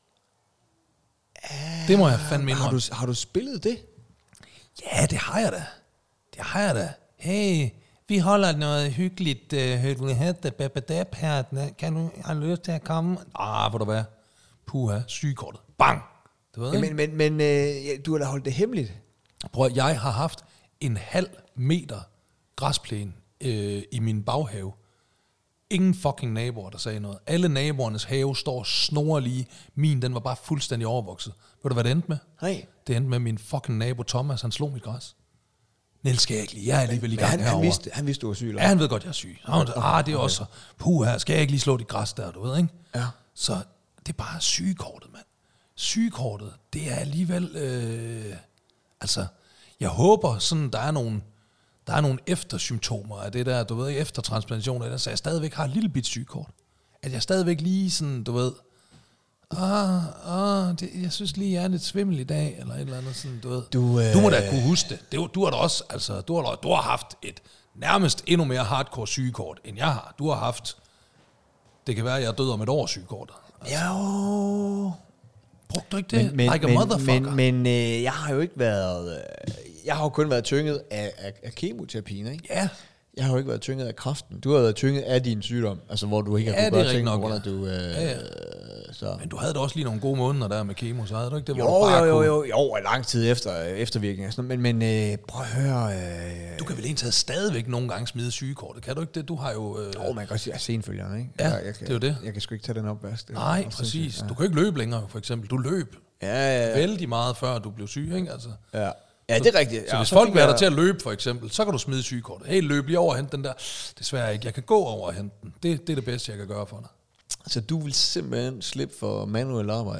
Uh, det må jeg fandme indrømme. Har du, har du spillet det? Ja, det har jeg da. Det har jeg da. Hey, vi holder noget hyggeligt højt her. Kan du have lyst til at komme? Ah, hvor du hvad? Puha, sygekortet. Bang! Det ved ja, men men, men øh, du har da holdt det hemmeligt. Prøv, jeg har haft en halv meter græsplæne øh, i min baghave. Ingen fucking naboer, der sagde noget. Alle naboernes have står snorlige. Min, den var bare fuldstændig overvokset. Ved du, hvad det endte med? Nej. Det endte med, at min fucking nabo Thomas, han slog mit græs. Niels, skal jeg ikke lige? Jeg er alligevel i gang han, herovre. Han vidste, han vidste, du var syg, eller? Ja, han ved godt, jeg er syg. Han, ah, det er også så. Puh, her skal jeg ikke lige slå dit græs der, du ved, ikke? Ja. Så det er bare sygekortet, mand. Sygekortet, det er alligevel... Øh, altså, jeg håber sådan, der er nogle... Der er nogle eftersymptomer af det der, du ved ikke, eftertransplantation, så jeg stadigvæk har et lille bit sygekort. At jeg stadigvæk lige sådan, du ved, ah, ah, det, jeg synes lige, jeg er lidt svimmel i dag, eller et eller andet sådan, du ved. Du, øh... du må da kunne huske det. det. Du har da også, altså, du har, du har haft et nærmest endnu mere hardcore sygekort, end jeg har. Du har haft, det kan være, at jeg er død om et år sygekortet. Altså. Jo... Brugte du ikke det? Men, men, like a men, motherfucker. Men, men øh, jeg har jo ikke været... Øh, jeg har jo kun været tynget af, af, af kemoterapien, ikke? Ja. Jeg har jo ikke været tynget af kræften. Du har været tynget af din sygdom, altså hvor du ikke ja, har kunnet gøre ting, nok, hvor ja. du øh, ja, ja. Så. Men du havde da også lige nogle gode måneder der med kemo, så havde du ikke det, hvor Jo, du bare jo, jo, kunne... jo, jo, lang tid efter eftervirkning og sådan noget. Men, men øh, prøv at høre... Øh, Du kan vel egentlig stadigvæk nogle gange smide sygekortet, kan du ikke det? Du har jo... Øh... oh, man kan godt sige, at senfølgerne, ikke? Ja, jeg, jeg kan, det er jo det. Jeg kan sgu ikke tage den opvask. Nej, præcis. Du kan ikke løbe længere, for eksempel. Du løb Ja, ja, ja. vældig meget, før du blev syg, ikke? Altså. Ja, ja det er rigtigt. Så ja, hvis så folk fik vil have jeg- dig til at løbe, for eksempel, så kan du smide sygekortet. Hey, løb lige over og hente den der. Desværre ikke. Jeg kan gå over og hente den. Det, det er det bedste, jeg kan gøre for dig. Så du vil simpelthen slippe for manuel arbejde?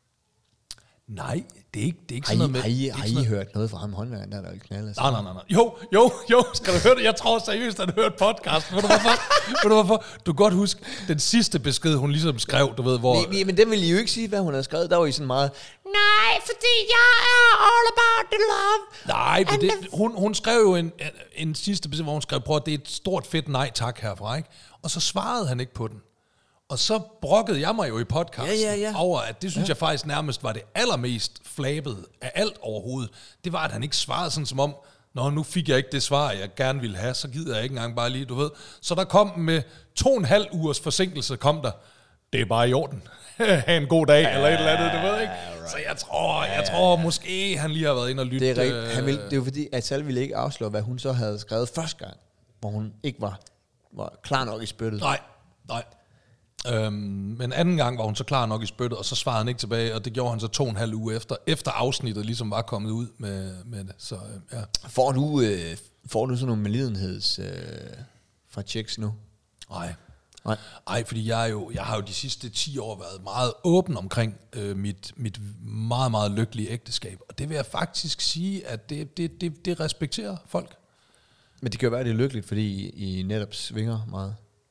Nej, det er ikke, det er ikke Har sådan noget I, med... har I, det er har ikke I sådan hørt noget fra ham håndværkeren, der der vil knalde? Nej, nej, nej, nej. Jo, jo, jo, skal du høre det? Jeg tror seriøst, at han hørte podcast. Ved du hvorfor? Ved du hvorfor? Du kan godt huske den sidste besked, hun ligesom skrev, du ved, hvor... Men, men den vil I jo ikke sige, hvad hun har skrevet. Der var I sådan meget... Nej, fordi jeg er all about the love. Nej, men det, hun, hun skrev jo en, en, en sidste besked, hvor hun skrev, prøv at det er et stort fedt nej tak herfra, ikke? Og så svarede han ikke på den. Og så brokkede jeg mig jo i podcasten Ja, ja, ja. over, at det synes Ja. jeg faktisk nærmest var det allermest flabede af alt overhovedet. Det var, at han ikke svarede sådan som om, nå, nu fik jeg ikke det svar, jeg gerne ville have, så gider jeg ikke engang bare lige, du ved. Så der kom med to og en halv ugers forsinkelse, kom der, det er bare i orden. Ha' en god dag, ja, eller et eller andet, du ved ikke. Right. Så jeg tror, jeg tror måske, han lige har været inde og lytte. Det er rigtigt. Han ville, det er jo fordi, at Sal ville ikke afsløre, hvad hun så havde skrevet første gang, hvor hun ikke var, var klar nok i spyttet. Nej, nej. Øhm, men anden gang var hun så klar nok i spyttet, og så svarede han ikke tilbage, og det gjorde han så to og en halv uge efter, efter afsnittet ligesom var kommet ud med, med det. Så øh, ja. Får du, øh, får du sådan nogle medlidenheds øh, fra chicks nu? Nej. Nej. Ej, fordi jeg, er jo, jeg har jo de sidste ti år været meget åben omkring øh, mit, mit meget, meget lykkelige ægteskab. Og det vil jeg faktisk sige, at det, det, det, det respekterer folk. Men det kan jo være, at det er lykkeligt, fordi I, I netop svinger meget.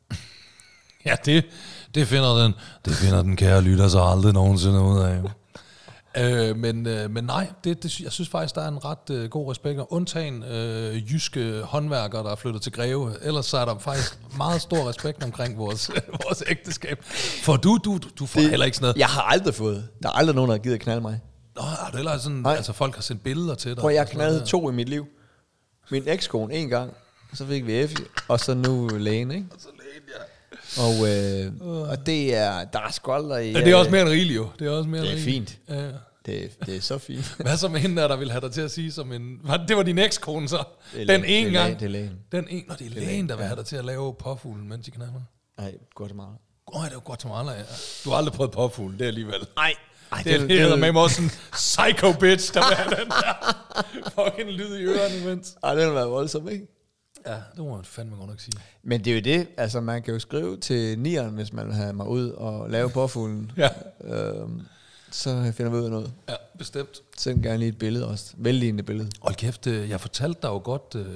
Ja, det, det, finder den, det finder den kære lytter så aldrig nogensinde ud af. øh, men, øh, men nej, det, det, jeg synes faktisk, der er en ret øh, god respekt. Og undtagen øh, jyske håndværkere, der er flyttet til Greve. Ellers så er der faktisk meget stor respekt omkring vores, vores ægteskab. For du, du, du får det, heller ikke sådan noget. Jeg har aldrig fået. Der er aldrig nogen, der har givet at knalde mig. Nå, er du heller sådan, Nej. altså folk har sendt billeder til dig? Prøv, jeg har og sådan noget knaldet der? to i mit liv. Min ekskone en gang, så fik vi F, og så nu lægen, ikke? Så lægen, ja. Og, øh, og det er, der er skolder i... Ja, det er også mere end rigeligt jo. Det er også mere Det er end rigeligt. fint. Ja. Det, er- det er så fint. Hvad så med hende der, der ville have dig til at sige som en... Var- Det var din ekskone så? Det er Den lægen. ene Det er gang? lægen, det er lægen. Den ene, når det er lægen, lægen, der vil ja. have dig til at lave påfuglen, mens I knaller. Nej, godt meget. Åh, det er jo Guatemala, ja. Du har aldrig prøvet påfuglen, det er alligevel. Nej. Ej, det, det, det hedder med mig også en psycho bitch, der vil have den der fucking lyd i ørerne imens. Ej, det ville være voldsomt, ikke? Ja, det må man fandme godt nok sige. Men det er jo det, altså man kan jo skrive til nieren, hvis man vil have mig ud og lave påfuglen. Ja. Øhm, så finder vi ud af noget. Ja, bestemt. Send gerne lige et billede også. Vellignende billede. Hold kæft, øh, jeg fortalte dig jo godt, øh,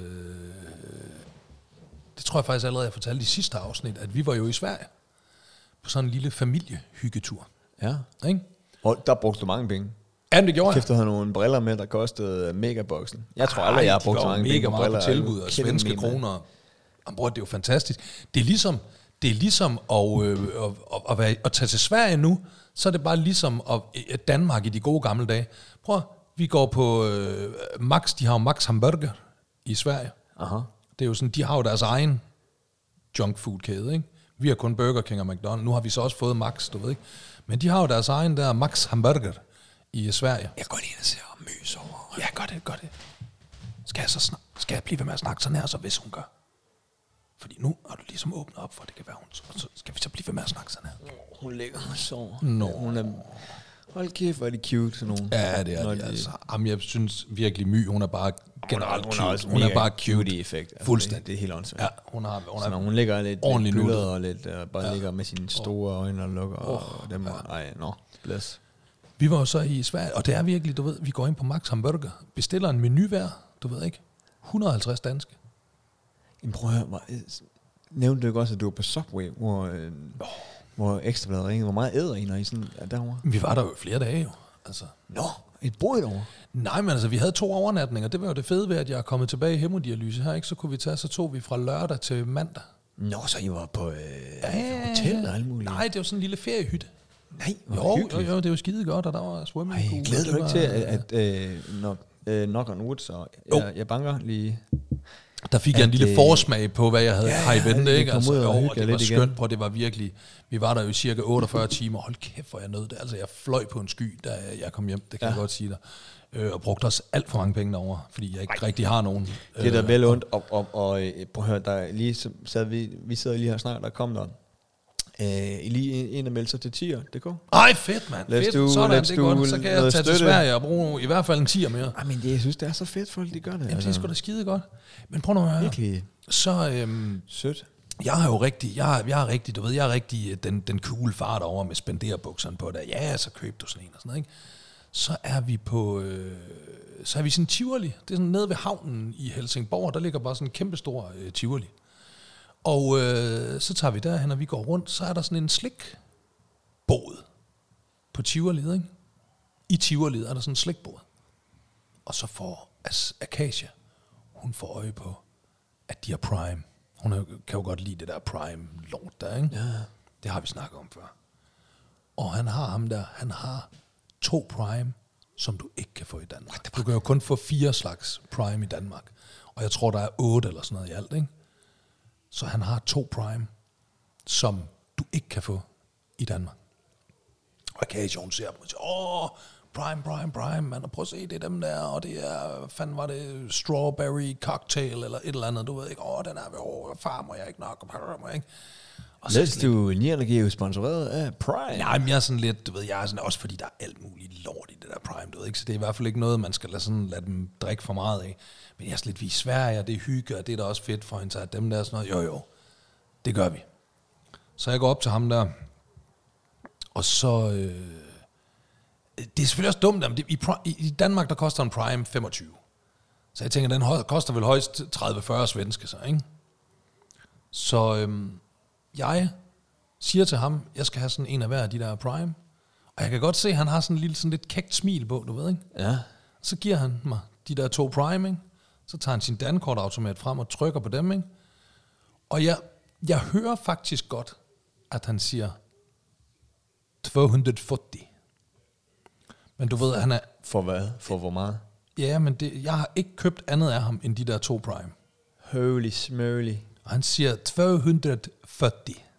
det tror jeg faktisk allerede, jeg fortalte i sidste afsnit, at vi var jo i Sverige på sådan en lille familiehyggetur. Ja. Ikke? Og der brugte du mange penge. Ja, det gjorde jeg. Kæft, du havde nogle briller med, der kostede megaboksen. Jeg tror aldrig, Ej, jeg har de brugt var så jo mange mega penge på meget briller. på tilbud og Kæmpe svenske meme. kroner. Jamen, bror, det er jo fantastisk. Det er ligesom, det er ligesom at, øh, at, at, at, være, at tage til Sverige nu, så er det bare ligesom at, at Danmark i de gode gamle dage. Prøv, vi går på øh, Max, de har jo Max Hamburger i Sverige. Aha. Det er jo sådan, de har jo deres egen junk food kæde, ikke? Vi har kun Burger King og McDonald's. Nu har vi så også fået Max, du ved ikke. Men de har jo deres egen der Max Hamburger i Sverige. Jeg går lige ind og ser om møs over. Ja, gør det, gør det. Skal jeg, så snak- skal jeg blive ved med at snakke sådan her, så hvis hun gør? Fordi nu har du ligesom åbnet op for, at det kan være hun. Så, så skal vi så blive ved med at snakke sådan her. Hun ligger og sover. Nå. Hun er, hold kæft, hvor er de cute, sådan nogle. Ja, det er Når det. Altså. Jamen, jeg synes virkelig, My, hun er bare generelt hun cute. har også Hun er mega bare cute. cutie-effekt. Altså, Fuldstændig. Det, det er helt åndssvagt. Ja, hun har... Hun Så når er, hun ligger lidt, ordentligt lidt byllet nuttet. og lidt, uh, bare ja. ligger med sine store øjne og lukker, oh, og dem ja. Ej, nå, bless. vi var jo så i Sverige, og det er virkelig, du ved, vi går ind på Max Hamburger, bestiller en menu hver, du ved ikke, et hundrede og halvtreds danske. Jamen prøv at høre, hvor, nævnte du ikke også, at du var på Subway, hvor, øh, oh. hvor Ekstrabladet ringede? Hvor meget æder I, når I sådan er derovre? Vi var der jo flere dage jo, altså. Nå, et bord derovre? Nej, men altså, vi havde to overnatninger. Det var jo det fede ved, at jeg er kommet tilbage i hemodialyse her, ikke? Så kunne vi tage, så tog vi fra lørdag til mandag. Nå, så I var på øh, Ja, hotel og alt muligt? Nej, det var sådan en lille feriehytte. Nej, hvor Jo, jo, hyggeligt. jo, det var skide godt, og der var swimmingpool. Ej, glæder og du det ikke til, var- at, at øh, når, øh, knock on wood, så Jo. jeg, jeg banker lige... Der fik jeg en lille øh, forsmag på, hvad jeg havde ja, har i ja, vente, det ikke? kom Altså, ud og jo, hygge og det lidt var igen. skønt, på det var virkelig... Vi var der jo i cirka otteogfyrre timer. Hold kæft, hvor jeg nød det. Altså, jeg fløj på en sky, da jeg kom hjem, det kan ja. jeg godt sige dig. Øh, og brugte også alt for mange penge derovre, fordi jeg ikke Ej. rigtig har nogen. Det er da vel ondt, og, og, og prøv at høre, der lige så sad vi, vi sidder lige her snart, der kom der øh, lige en af meldte sig til tier punktum d k. Ej, fedt, mand. Fedt. Du, Sådan, det er godt. Så kan jeg tage støtte. til Sverige og bruge i hvert fald en tier mere. Ej, men det, jeg synes, det er så fedt, folk de gør det. Jamen, altså. det er sgu da skide godt. Men prøv nu at høre. Virkelig Så, øhm, sødt. jeg har jo rigtig, jeg har, jeg har rigtig, du ved, jeg er rigtig den, den cool far derovre med spenderbukserne på der. Ja, så køb du sådan en og sådan noget, ikke? Så er vi på, øh, så er vi sådan en Tivoli. Det er sådan nede ved havnen i Helsingborg, der ligger bare sådan en kæmpestor øh, Tivoli. Og øh, så tager vi derhen, og vi går rundt, så er der sådan en slikbåd på Tivoli, ikke? I Tivoli er der sådan en slikbåd. Og så får As- Akasia, hun får øje på, at de har Prime. Hun er, kan jo godt lide det der Prime-lort der, ikke? Ja. Det har vi snakket om før. Og han har ham der, han har to Prime, som du ikke kan få i Danmark. Du kan jo kun få fire slags Prime i Danmark. Og jeg tror, der er otte eller sådan noget i alt, ikke? Så han har to Prime, som du ikke kan få i Danmark. Og Akasia, hun ser dem og siger, åh, Prime, Prime, Prime, man, og prøv at se, det er dem der, og det er, fanden var det, strawberry cocktail, eller et eller andet, du ved ikke, åh, den er, åh, far, må jeg ikke nok, må jeg ikke. Og Læs du, Nianaki er jo sponsoreret af Prime. Nej, men jeg er sådan lidt, du ved, jeg er sådan også, fordi der er alt muligt lort i det der Prime, du ved ikke, så det er i hvert fald ikke noget, man skal lade, sådan, lade dem drikke for meget af. Men jeg er sådan lidt, vi er i Sverige, og det er hygge, og det er da også fedt for hende, så dem der er sådan noget, jo jo, det gør vi. Så jeg går op til ham der, og så, øh, det er selvfølgelig også dumt, men det, i, i Danmark, der koster en Prime femogtyve. Så jeg tænker, den høj, koster vel højst tredive fyrre svenske, så, ikke? Så øhm, jeg siger til ham, jeg skal have sådan en af hver af de der Prime. Og jeg kan godt se, at han har sådan en lille, sådan lidt kægt smil på, du ved, ikke? Ja. Så giver han mig de der to Prime, ikke? Så tager han sin dankortautomat frem og trykker på dem, ikke? Og jeg, jeg hører faktisk godt, at han siger to hundrede fyrre. Men du ved, han er... For hvad? For hvor meget? Ja, men det, jeg har ikke købt andet af ham, end de der to Prime. Holy smøly. Og han siger to hundrede fyrre.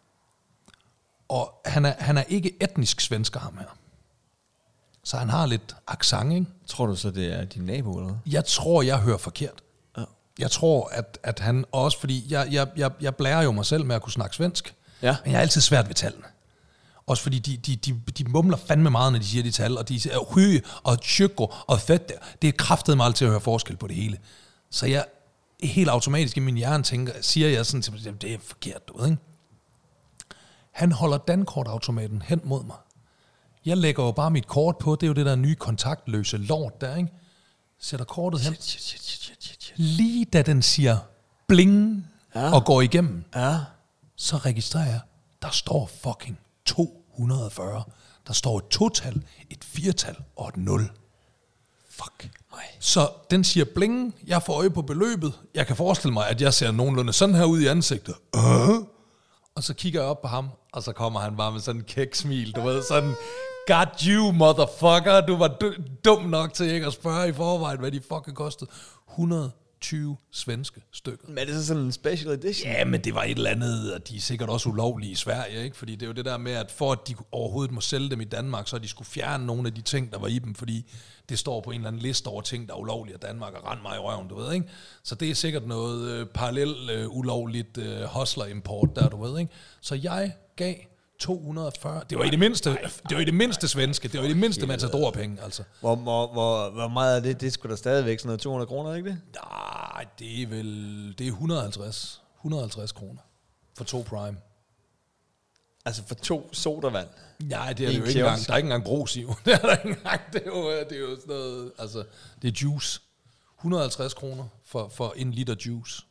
Og han er, han er ikke etnisk svensker, ham her. Så han har lidt accent, ikke? Tror du så, det er din nabo, eller hvad? Jeg tror, jeg hører forkert. Ja. Jeg tror, at, at han også, fordi jeg, jeg, jeg, jeg blærer jo mig selv med at kunne snakke svensk, Ja. men jeg er altid svært ved tallene. Også fordi de, de, de, de mumler fandme meget, når de siger de tal, og de siger høje og tjøkker og fedt. Det er kraftet meget til at høre forskel på det hele. Så jeg helt automatisk i min hjerne tænker, siger jeg sådan til mig, det er forkert, du ved, ikke? Han holder dankortautomaten hen mod mig. Jeg lægger jo bare mit kort på, det er jo det der nye kontaktløse lort der, ikke? Sætter kortet hen. Shit, shit, shit, shit, shit, shit. Lige da den siger bling Ja. og går igennem, Ja. så registrerer jeg, der står fucking to hundrede og fyrre. Der står et total, et firtal og et nul. Fuck mig. Så den siger bling, jeg får øje på beløbet. Jeg kan forestille mig, at jeg ser nogenlunde sådan her ud i ansigtet. Uh. Og så kigger jeg op på ham, og så kommer han bare med sådan en kæk smil, du ved, sådan, got you, motherfucker, du var d- dum nok til ikke at spørge i forvejen, hvad de fucking kostede. hundrede og tyve svenske stykker. Men er det så sådan en special edition? Ja, men det var et eller andet, og de er sikkert også ulovlige i Sverige, ikke? Fordi det er jo det der med, at for at de overhovedet må sælge dem i Danmark, så de skulle fjerne nogle af de ting, der var i dem, fordi det står på en eller anden liste over ting, der er ulovlige af Danmark, og rend mig i røven, du ved, ikke? Så det er sikkert noget øh, parallelt øh, ulovligt øh, hustler-import der, du ved, ikke? Så jeg gav to hundrede og fyrre. Det var i det mindste, det var i det mindste svenske, det var i det mindste matador-penge, altså. Hvor, hvor, hvor, hvor meget af det, det skulle der stadigvæk sådan noget to hundrede kroner, ikke det? Nej, det er vel, det er et hundrede og halvtreds. et hundrede og halvtreds kroner for to Prime. Altså for to sodavand. Nej, det er det En jo ikke kiosk. engang. Der er ikke engang brus i. Det er der ikke engang. Det er jo, det er jo sådan noget, altså, det er juice. et hundrede og halvtreds kroner for, for en liter juice.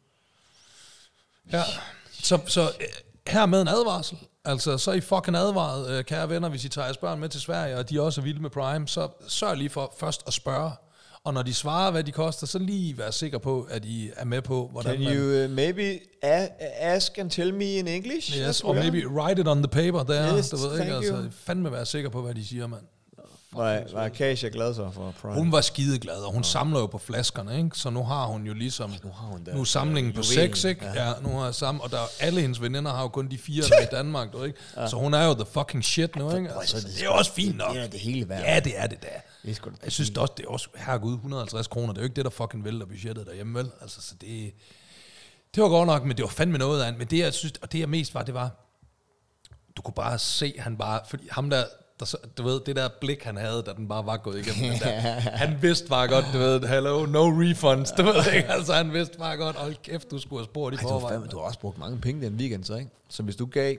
Ja, så, så øh, her med en advarsel. Altså, så er I fucking advaret, øh, kære venner, hvis I tager jeres børn med til Sverige, og de også er vilde med Prime, så sørg lige for først at spørge. Og når de svarer, hvad de koster, så lige være sikker på, at I er med på, hvordan Can man... you uh, maybe a- ask and tell me in English? Yes, as or well? maybe write it on the paper der. Yes, du ved thank ikke, altså, you. fandme være sikker på, hvad de siger, mand. Var, var Kasia glad så for Prime? Hun var skideglad, og hun ja. samler jo på flaskerne, ikke? Så nu har hun jo ligesom... Nu har hun der, nu er samlingen på seks, ikke? Ja. ja, nu har jeg sammen, og der, alle hendes veninder har jo kun de fire, der er i Danmark, du, ikke? Ja. Så hun er jo the fucking shit nu, ikke? Altså, det, det er også fint nok. Det er det hele værd. Ja, det er det da. Det er jeg synes det også, det er også, herregud, et hundrede og halvtreds kroner, det er jo ikke det, der fucking vælter budgettet derhjemme, vel? Altså, så det... Det var godt nok, men det var fandme noget af. Men det, jeg synes, og det jeg mest var, det var, du kunne bare se, han bare, fordi ham der, der, du ved, det der blik, han havde, da den bare var gået igennem den der, han vidste bare godt, du ved, hello, no refunds, du ved ikke, altså han vidste bare godt, hold kæft, du skulle have spurgt i forvejen. Du, du har også brugt mange penge den weekend, så ikke? Så hvis du gav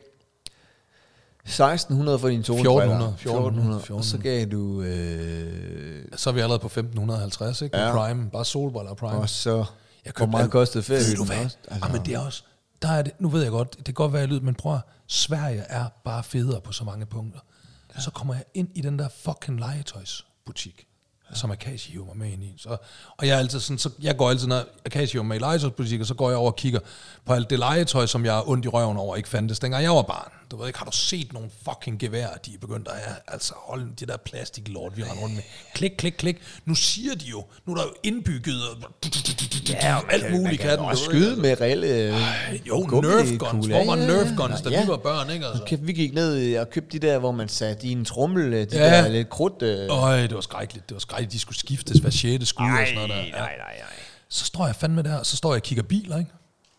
seksten hundrede for dine solbriller, fjorten hundrede, og så gav du... Øh, så er vi allerede på femten halvtreds, ikke? Ja. Prime, bare solbriller og Prime. Og så... Jeg hvor meget kostede ferien også? Altså. Ja, men det er også, der er det, nu ved jeg godt, det kan godt være, jeg lyder, men prøv at, Sverige er bare federe på så mange punkter. Ja. Så kommer jeg ind i den der fucking legetøjsbutik, ja. som Akashi hiver mig med ind i. Så, og jeg er altid sådan, så jeg går altid, når Akashi hiver mig i legetøjsbutik, og så går jeg over og kigger på alt det legetøj, som jeg er ondt i røven over, ikke fandtes, dengang jeg var barn. Du ved ikke, har du set nogle fucking gevær, de er begyndt at have, altså hold de der plastiklort, vi render rundt med. Klik, klik, klik. Nu siger de jo, nu er der jo indbygget, og ja, og alt muligt kan den. Og skyde med reelle... Jo, Nerf guns. Hvor var Nerf guns, da vi var børn, ikke? Altså. Okay, vi gik ned og købte de der, hvor man satte i en trummel, de ja. der lidt krudt... Øj, det var skrækkeligt. Det var skrækkeligt. De skulle skiftes hver sjette skud og sådan noget der. Nej, nej, nej. Så står jeg fandme der, så står jeg og kigger biler, ikke?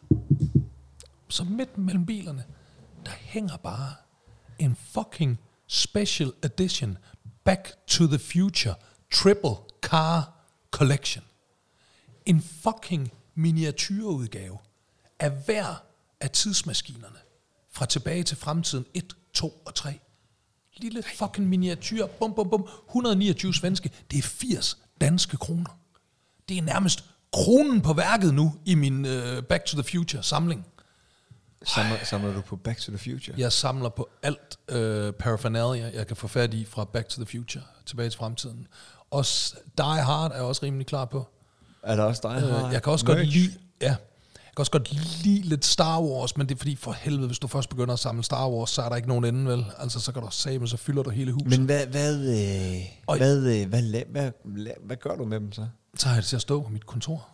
Så midt mellem bilerne, der hænger bare en fucking special edition Back to the Future Triple Car Collection. En fucking miniatyrudgave af hver af tidsmaskinerne fra Tilbage til Fremtiden et, to og tre. Lille fucking miniatyr, bum, bum, bum, et hundrede og niogtyve svenske, det er firs danske kroner. Det er nærmest kronen på værket nu i min uh, Back to the Future samling. Samler, samler du på Back to the Future? Jeg samler på alt uh, paraphernalia, jeg kan få fat i fra Back to the Future, Tilbage til Fremtiden. Også Die Hard er jeg også rimelig klar på. Er der også Die Hard? Uh, jeg kan også Merch. godt lide, ja, jeg kan også godt lide lidt Star Wars, men det er fordi, for helvede, hvis du først begynder at samle Star Wars, så er der ikke nogen ende, vel? Altså, så kan du sige, men så fylder du hele huset. Men hvad, hvad, øh, hvad, hvad, hvad, hvad, hvad, hvad, hvad gør du med dem så? Så har jeg det til at stå på mit kontor.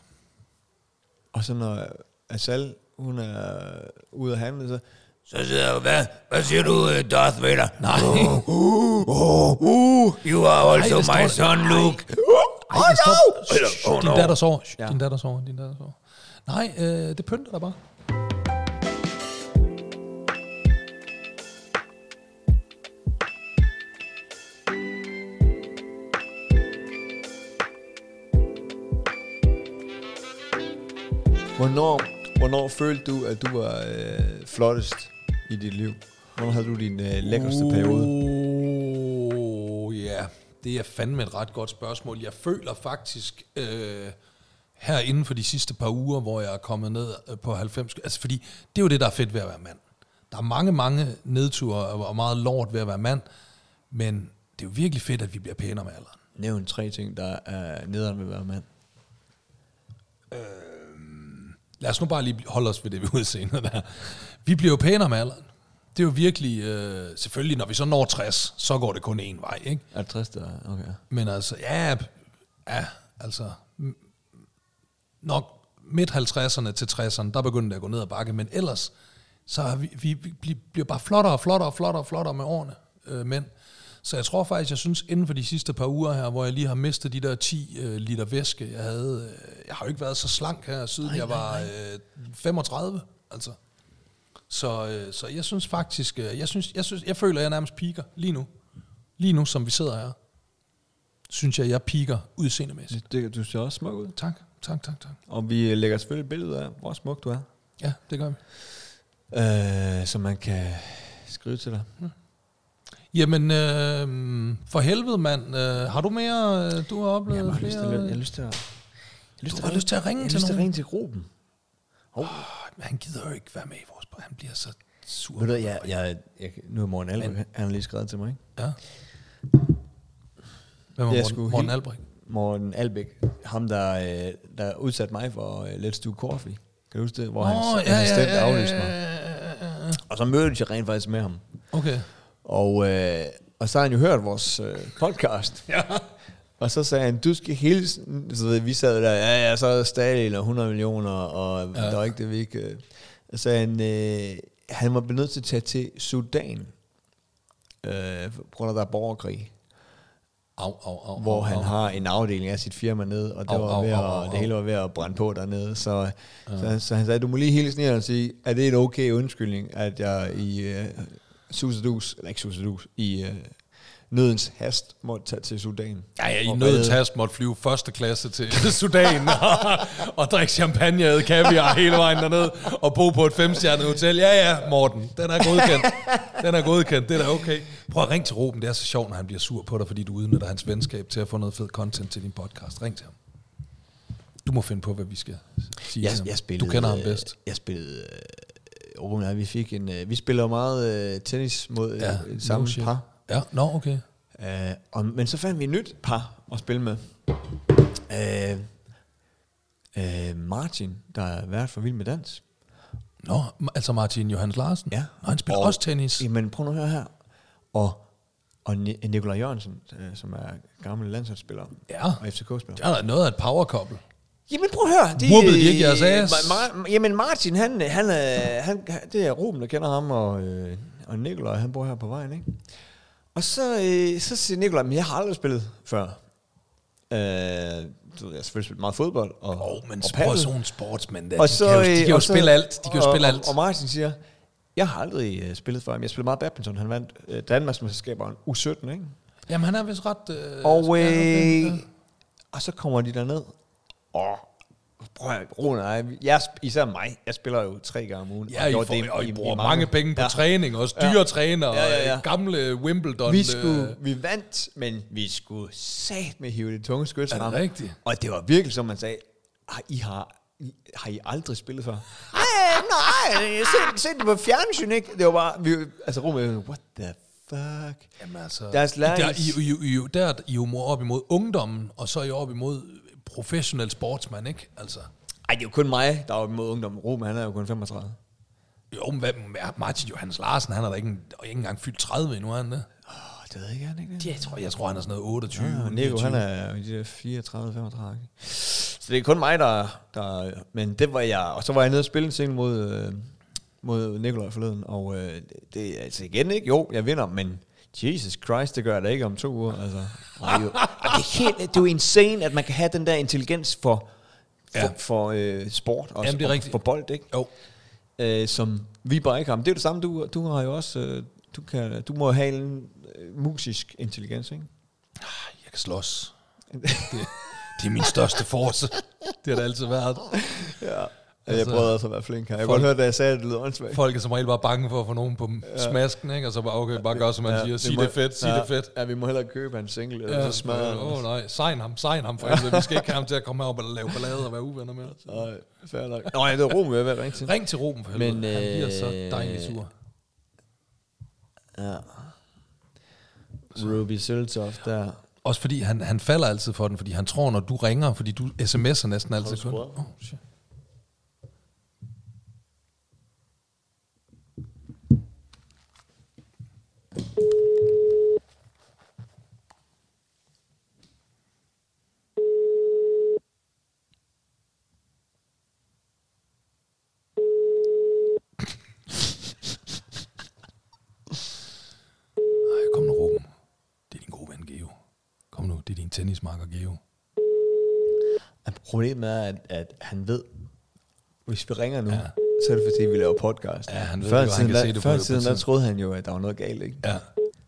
Og så når Asal, hun er ude at handle, så... Så siger jeg, hvad, hvad siger du, Darth Vader? Nej. Oh, oh, oh, oh, you are also Nej, my son, Luke. Ej, oh, no! Oh, din no. datter sover. Ja. Din datter sover. Din datter sover. Nej, øh, det pynter der bare. Hvornår, hvornår følte du, at du var øh, flottest i dit liv? Hvornår havde du din øh, lækkerste uh, periode? Oh, ja, yeah. Det er fandme et ret godt spørgsmål. Jeg føler faktisk øh, her inden for de sidste par uger, hvor jeg er kommet ned på halvfems, altså fordi det er jo det, der er fedt ved at være mand. Der er mange, mange nedture og meget lort ved at være mand, men det er jo virkelig fedt, at vi bliver pænere med alderen. Nævn tre ting, der er nederen ved at være mand. Øh, lad os nu bare lige holde os ved det, vi udseender der. Vi bliver jo pænere med alderen. Det er jo virkelig, øh, selvfølgelig, når vi så når tres, så går det kun én vej, ikke? Er det tres, der okay. Men altså, ja, ja, altså, nok midt halvtredserne til tresserne, der begynder det at gå ned ad bakke, men ellers, så er vi, vi, vi bliver bare flottere og flottere og flottere og flottere med årene, øh, mænd. Så jeg tror faktisk, jeg synes, inden for de sidste par uger her, hvor jeg lige har mistet de der ti øh, liter væske, jeg havde, øh, jeg har jo ikke været så slank her, siden nej, jeg var øh, femogtredive, altså. Så, øh, så jeg synes faktisk, øh, jeg, synes, jeg, synes, jeg føler, at jeg nærmest piker lige nu. Lige nu, som vi sidder her, synes jeg, jeg piker udseendemæssigt. Det, du ser også smuk ud. Tak, tak, tak, tak. Og vi lægger selvfølgelig et billede af, hvor smuk du er. Ja, det gør vi. Øh, så man kan skrive til dig. Ja. Jamen, øh, for helvede, mand. Øh, har du mere, øh, du har oplevet Jamen, flere? Jeg har lyst til at... Jeg Du har lyst til at ringe til nogen? Jeg har lyst til at nogen? ringe til gruppen. Oh. Oh, men han gider jo ikke være med i vores program. Han bliver så sur. Ved du, jeg, jeg, jeg, nu er Morten Albrecht, han har lige skrevet til mig, ikke? Ja. Hvem var Morten, Morten Albrecht? Morten Albæk, ham der, øh, der udsatte mig for uh, Let's Do Coffee. Kan du huske det? Hvor oh, hans ja, assistent ja, ja, aflyste mig. ja, ja, ja. Og så mødte jeg rent faktisk med ham. Okay. Og, øh, og så har han jo hørt vores øh, podcast. Ja. Og så sagde han, du skal hilse, så ved, vi sad der, ja, ja, så er der stadig hundrede millioner, og ja. Der var ikke det, vi ikke... Øh. Så sagde han, øh, han var nødt til at tage til Sudan, øh, på grund af der er borgerkrig. Au, au, au, hvor au, han au. har en afdeling af sit firma nede, og det, Au, var au, ved at, au, au, det hele au. var ved at brænde på dernede. Så, ja. så, så han sagde, du må lige hilse ned og sige, er det en okay undskyldning, at jeg i uh, susedus, eller ikke susedus, i uh, nødens hast måtte tage til Sudan. Ja, ja, i Og nødens redde- hast måtte flyve første klasse til Sudan og, og drikke champagne og kaviar hele vejen derned og bo på et femstjernet hotel. Ja, ja, Morten, den er godkendt. Den er godkendt, det er da okay. Prøv at ringe til Ruben, det er så sjovt, når han bliver sur på dig, fordi du udnytter hans venskab til at få noget fed content til din podcast. Ring til ham. Du må finde på, hvad vi skal sige Jeg, til ham. jeg spillede, Du kender ham bedst. Jeg spillede... Øh, Ruben og vi fik en... Øh, vi spiller meget øh, tennis mod Ja, øh, samme no shit. par. Ja, nå, no, okay. Uh, og, men så fandt vi et nyt par at spille med. Uh, uh, Martin, der er vært for Vild med Dans. Nå, altså Martin Johannes Larsen. Ja. Nå, han spiller Og- også tennis. Jamen prøv nu at høre her. Og, og Ni- Nikolaj Jørgensen, uh, som er gammel landsholdsspiller Ja, og F C K-spiller. det er da noget af et power couple. Jamen prøv at høre. Whoopede de ikke jeres ass? Ma- Ma- jamen Martin, han, han, er, han, det er Ruben, der kender ham, og, øh, og Nikolaj, han bor her på vejen, ikke? Og så, øh, så siger Nikolaj, men jeg har aldrig spillet før. Øh, du ved, jeg har selvfølgelig spillet meget fodbold og, Åh, oh, men og sport, paddel. sådan nogle sportsmænd der, Og de så, kan jo, de øh, kan jo og så- spille alt. De kan jo og, spille og, alt. Og Martin siger, jeg har aldrig øh, spillet før, men jeg spillede meget badminton. Han vandt øh, Danmarksmesterskaberne U sytten, ikke? Jamen, han er vist ret... Øh, Og, spændende, øh, ja. og så kommer de derned, og prøv at Rune og jeg, jeg, især mig, jeg spiller jo tre gange om ugen. Ja, I, gjorde får, det og I bruger mange penge på ja. træning, og styretræner, Ja, ja, ja. og gamle Wimbledon. Vi, skulle, øh, vi vandt, men vi skulle sat med hive det tunge skyts Er det frem. rigtigt? Og det var virkelig, som man sagde, "Har I har, I, har I aldrig spillet før? Nej, nej, jeg set, set det på fjernsyn, ikke? Det var bare, vi, altså Rune, what the fuck? Jamen altså, Deres der, lærings- I, I, I, I, der er I jo op imod ungdommen, og så er I op imod professionel sportsmand, ikke? Altså, Ej, det er jo kun mig, der er imod ungdom. Rune, han er jo kun femogtredive. jo, men hvad, Martin Johannes Larsen, han har da ikke, ikke engang fyldt tredive endnu, er han det? Åh, det ved jeg ikke, han ikke det? Jeg tror, jeg tror han er sådan noget otteogtyve. Ja, Nico, han er i de der fireogtredive femogtredive. Så det er kun mig, der, der... Men det var jeg... Og så var jeg nede og spille en scene mod, øh, mod Nikolaj forleden. Og øh, det er altså igen ikke... Jo, jeg vinder, men... Jesus Christ, det gør jeg da ikke om to uger. Altså, nej, jo. Og det er helt... Det er jo insane, at man kan have den der intelligens for... For, Ja. ja. for øh, sport og, Jamen, det er og rigtigt. for bold, ikke? Jo. Øh, som vi bare ikke har. Men det er jo det samme, du, du har jo også... Øh, du, kan, du må have en øh, musisk intelligens, ikke? Jeg kan slås. Det, det er min største force. Det har det altid været. Ja. Altså, Jeg prøvede også at være flink her. Jeg folk- kunne godt høre, da jeg sagde, at det lød åndssvagt. Folk er som regel bare bange for at få nogen på ja. smasken, ikke? Og så bare, okay, bare gør, som man ja, siger. Sig må- det fedt, sig ja, det fedt. Ja, vi må hellere købe en single, eller Ja, så smadrer han åh os. nej, sign ham, sign ham for helvede. Vi skal ikke have ham til at komme herop og lave ballade og være uvenner med os. Nej, fair nok. Nå, ja, det var Ruben, jeg vil ringe til. Ring til Ruben for helvede. Men, Han bliver øh, så dejligt sur. Ja. Ruby Søltoft der. Også fordi han, han falder altid for den, fordi han tror, når du ringer, fordi du sms'er næsten altid kun. skruet? Oh, shit. Ej, kom nu, Ruben. Det er din gode ven, Geo. Kom nu, det er din tennismarker, Geo. Problemet er, at, at han ved, hvis vi ringer nu, Ja. ja. så er det fordi, vi laver podcast. Ja, han ved før jo, han tiden, kan der, se det på- før på tiden, der tiden. troede han jo, at der var noget galt, ikke? Ja.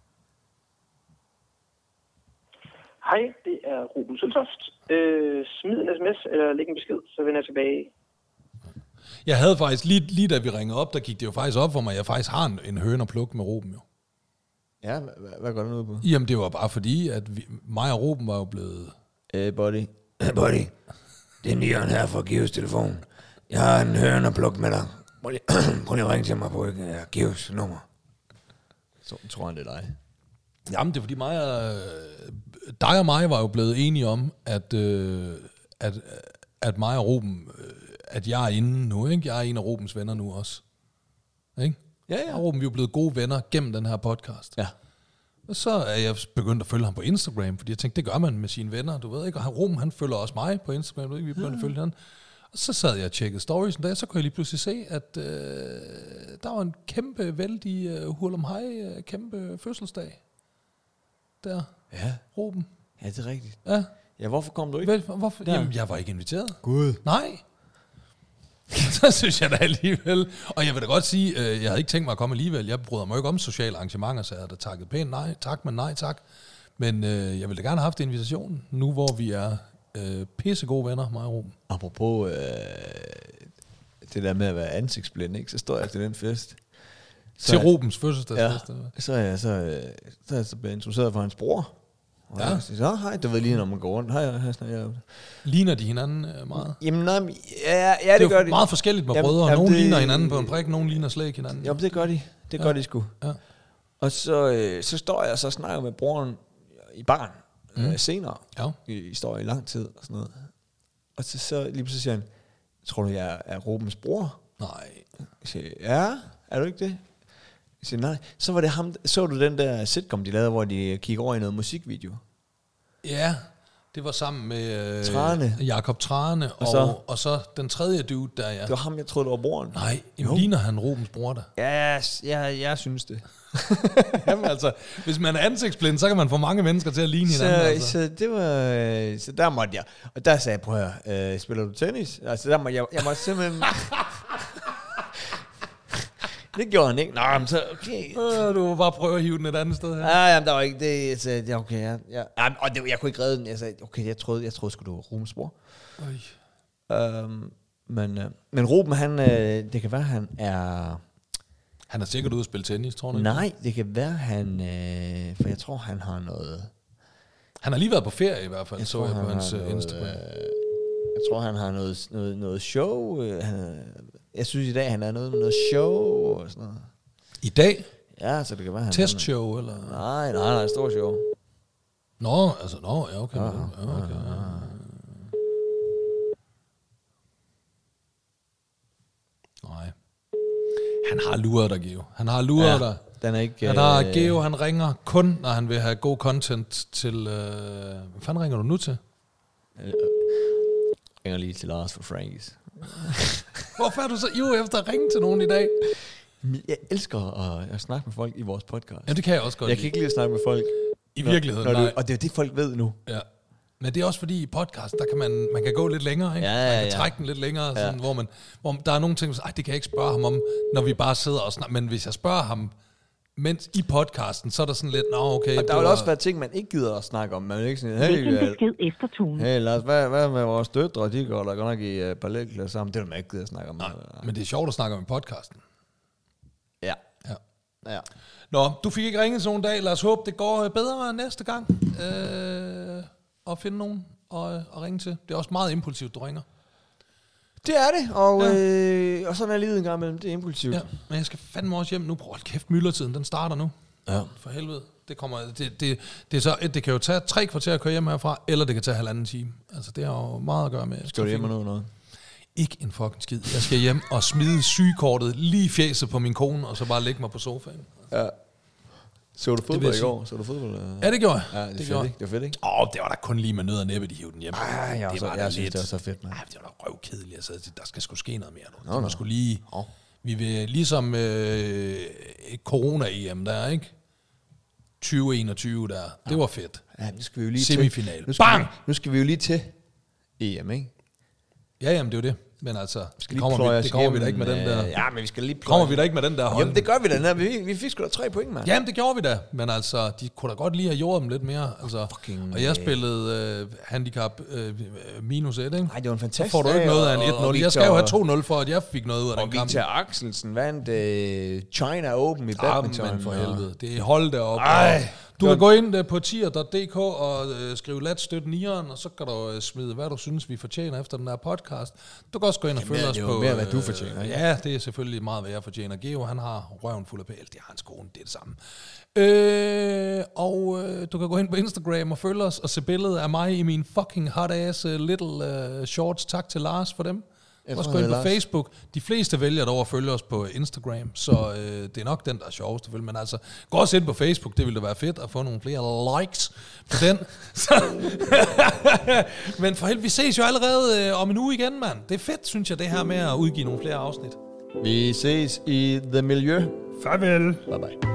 Hej, det er Ruben Søltoft. Øh, smid en sms eller læg en besked, så vender jeg tilbage. Jeg havde faktisk, lige, lige da vi ringede op, der gik det jo faktisk op for mig, at jeg faktisk har en, en høne at plukke med Ruben jo. Ja, hvad, hvad går den ud på? Jamen, det var bare fordi, at vi, mig og Ruben var jo blevet... Øh, buddy. Buddy, det er Nieren her fra Geos telefon. Jeg har en høne at plukke med dig. Prøv lige, prøv lige at ringe til mig på uh, Geos nummer. Så tror han, det er dig. Jamen, det er fordi mig og... Dig og mig var jo blevet enige om, at, øh, at, at mig og Ruben... Øh, at jeg er inde nu, ikke? Jeg er en af Rubens venner nu også. Ikke? Ja, Jeg og Ruben, vi er jo blevet gode venner gennem den her podcast. Ja. Og så er jeg begyndt at følge ham på Instagram, fordi jeg tænkte, det gør man med sine venner, du ved ikke. Og han, Ruben, han følger også mig på Instagram, du ved ikke, vi begyndte at følge han. Og så sad jeg og tjekkede stories en dag, så kunne jeg lige pludselig se, at øh, der var en kæmpe, vældig øh, hurlum hej, øh, kæmpe fødselsdag. Der. Ja. Ruben. Ja, det er rigtigt. Ja. Ja, hvorfor kom du ikke? Vel, hvorfor? Der. Jamen, jeg var ikke inviteret. Gud. Nej. Så synes jeg da alligevel. Og jeg vil da godt sige, øh, jeg havde ikke tænkt mig at komme alligevel. Jeg bryder mig ikke om sociale arrangementer, så jeg havde da takket pænt nej, tak, men nej, tak. Men øh, jeg ville da gerne have haft invitationen, nu hvor vi er øh, pissegode venner, mig og Ruben. Apropos øh, det der med at være ansigtsblind, ikke? Så står jeg til den fest. Så Til jeg- Rubens fødselsdagsfest. Ja, eller? så er jeg så, øh, så, er jeg så blevet introduceret for hans bror. Og Ja. jeg siger, så hej, du ved lige, når man går rundt. Hej, hej, hej, hej. Ligner de hinanden øh, meget? Jamen, nej, men- ja, ja, Det er det gør jo de. meget forskelligt med Jamen, brødre. jamen, Nogle det- ligner hinanden på en prik, nogle ligner slet ikke hinanden. Jamen, det gør de. Det Ja. gør de sgu. Ja. Og så, øh, så står jeg og så snakker med broren i baren mm. øh, senere. Ja. I, I står i lang tid og sådan noget. Og så, så lige pludselig siger han, tror du, jeg er Rubens bror? Nej. Jeg siger, ja, er du ikke det? Jeg siger, nej. Så var det ham, så du den der sitcom, de lavede, hvor de kiggede over i noget musikvideo? Ja, det var sammen med øh, Trane. Jakob Trane, og, Og og, så? så? og så den tredje dude, der ja. Det var ham, jeg troede, det var broren. Nej, jamen, Jo. ligner han Rubens bror der? Ja, jeg, jeg synes det. Jamen altså, hvis man er ansigtsblind, så kan man få mange mennesker til at ligne hinanden. Så, Altså. så det var, øh, så der måtte jeg, og der sagde jeg, prøv at høre, øh, spiller du tennis? Altså der måtte jeg, jeg måtte simpelthen, det gjorde han ikke. Nå, men så, okay. Øh, du må bare prøve at hive den et andet sted her. Ja, jamen, der var ikke det, jeg sagde, ja, okay, ja, ja. Jamen, og det, jeg kunne ikke redde den, jeg sagde, okay, jeg troede, jeg troede sgu, du var Rubens bror. Øj. Øhm, men, øh, men Ruben, han, øh, det kan være, han er, Han er sikkert ude at spille tennis, tror du ikke? nej, det kan være, han, øh, for jeg tror, han har noget, Han har lige været på ferie i hvert fald, jeg så tror, jeg han på hans har øh, noget, Instagram. øh, jeg tror, han har noget, noget, noget show. øh, Han, jeg synes i dag, han er noget med noget show og sådan noget. I dag? Ja, så det kan være, han... Testshow, eller? Nej, nej, nej, stor show. Nå, altså, nå, ja, okay. Ja, Ja, okay ja. Nej. Han har luret dig, Geo. Han har luret Ja, dig. den er ikke... Han har øh, Geo, han ringer kun, når han vil have god content til... Øh, hvad fanden ringer du nu til? øh, ringer lige til Lars for Frankies. Hvorfor er du så ivrig efter at ringe til nogen i dag? Jeg elsker at, at snakke med folk i vores podcast. Ja, det kan jeg også godt Jeg lide. kan ikke lide at snakke med folk. I virkeligheden, når, når nej. du, og det er jo det, folk ved nu. Ja. Men det er også fordi i podcasten, der kan man, man kan gå lidt længere, ikke? Ja, ja, Man kan ja. trække den lidt længere, Ja. sådan, hvor, man, hvor der er nogle ting, ej, det kan jeg ikke spørge ham om, når vi bare sidder og snakker. Men hvis jeg spørger ham, mens i podcasten, så er der sådan lidt, nå okay. Og det der vil var- også være ting, man ikke gider at snakke om. Man vil ikke sådan, Læg en hey, besked efter tonen. hey Lars, hvad, hvad med vores døtre? De går der godt nok i uh, balletklasse sammen. Det vil man ikke gider at snakke om. Nej, men det er sjovt at snakke om i podcasten. Ja. Ja. Ja. Nå, du fik ikke ringet sådan en dag. Lad os håbe, det går bedre næste gang. Øh, at finde nogen at, at ringe til. Det er også meget impulsivt, du ringer. Det er det, og, Ja. øh, og sådan er livet en gang imellem. Det er impulsivt. Ja, men jeg skal fandme også hjem nu. Hold kæft, myldretiden, den starter nu. Ja. For helvede. Det, kommer, det, det, det, er så, det kan jo tage tre kvarter at køre hjem herfra, eller det kan tage halvanden time. Altså, det har jo meget at gøre med. Skal du hjem og nå noget? Ikke en fucking skid. Jeg skal hjem og smide sygekortet lige i fjeset på min kone, og så bare lægge mig på sofaen. Ja. Så du vil fodbold jeg i sige. går? Så du fodbold? eller? Ja, det gjorde jeg. Ja, det er det fedt, gjorde ikke? Det var fedt, ikke? Åh, oh, det var da kun lige med nød og næppe, de hævde den hjem. Ej, jeg, det så, var da jeg synes, lidt. det var så fedt, man. Ej, det var da røvkedeligt. Altså, der skal sgu ske noget mere nu. Nå, Det var nå. sgu lige... Nå. Vi vil ligesom øh, corona-E M der, ikke? tyve enogtyve der. Det var fedt. Ja, nu skal vi jo lige Semifinal. til. Nu skal, Bang! vi, nu skal vi jo lige til E M, ikke? Ja, jamen, det er jo det. Men altså, det Lige kommer, pløje vi, os det kommer vi da ikke igennem, med den der... øh, Ja, men vi skal lige pløje. Kommer vi da ikke med den der hånd? Jamen, det gør vi da. Nej, vi, vi fik sgu da tre point, mand. Jamen, det gjorde vi da. Men altså, de kunne da godt lige have gjort dem lidt mere. Altså, Fucking, og jeg øh. spillede øh, handicap øh, minus et, ikke? Nej, det var en Så fantastisk får du ikke dag, noget af en og- et og nul. Jeg Victor- skal jo have to nul for, at jeg fik noget ud af Og den kamp. Victor Axelsen vandt øh, China Open i badminton. Jamen for og- helvede. Det er hold deroppe. Ej, Du det kan var- gå ind øh, på tier punktum d k og øh, skrive lat støt nieren, og så kan du øh, smide, hvad du synes, vi fortjener efter den her podcast. Du kan også gå ind og Jamen, følge det er os jo på... mere, hvad du fortjener, ikke? Ja, det er selvfølgelig meget, hvad jeg fortjener. Geo, han har røven fuld af pæl. Det har hans kone, det er det samme. Øh, og øh, du kan gå ind på Instagram og følge os og se billedet af mig i min fucking hot ass uh, little uh, shorts. Tak til Lars for dem. Jeg Også tror, gå ind han på hedder Lars. Facebook. De fleste vælger dog at følge os på Instagram, så øh, det er nok den, der er sjovest. Men altså, gå også ind på Facebook. Det ville da være fedt at få nogle flere likes på den. Så, men for helvede, vi ses jo allerede øh, om en uge igen, mand. Det er fedt, synes jeg, det her med at udgive nogle flere afsnit. Vi ses i The Miljø. Farvel. Bye bye.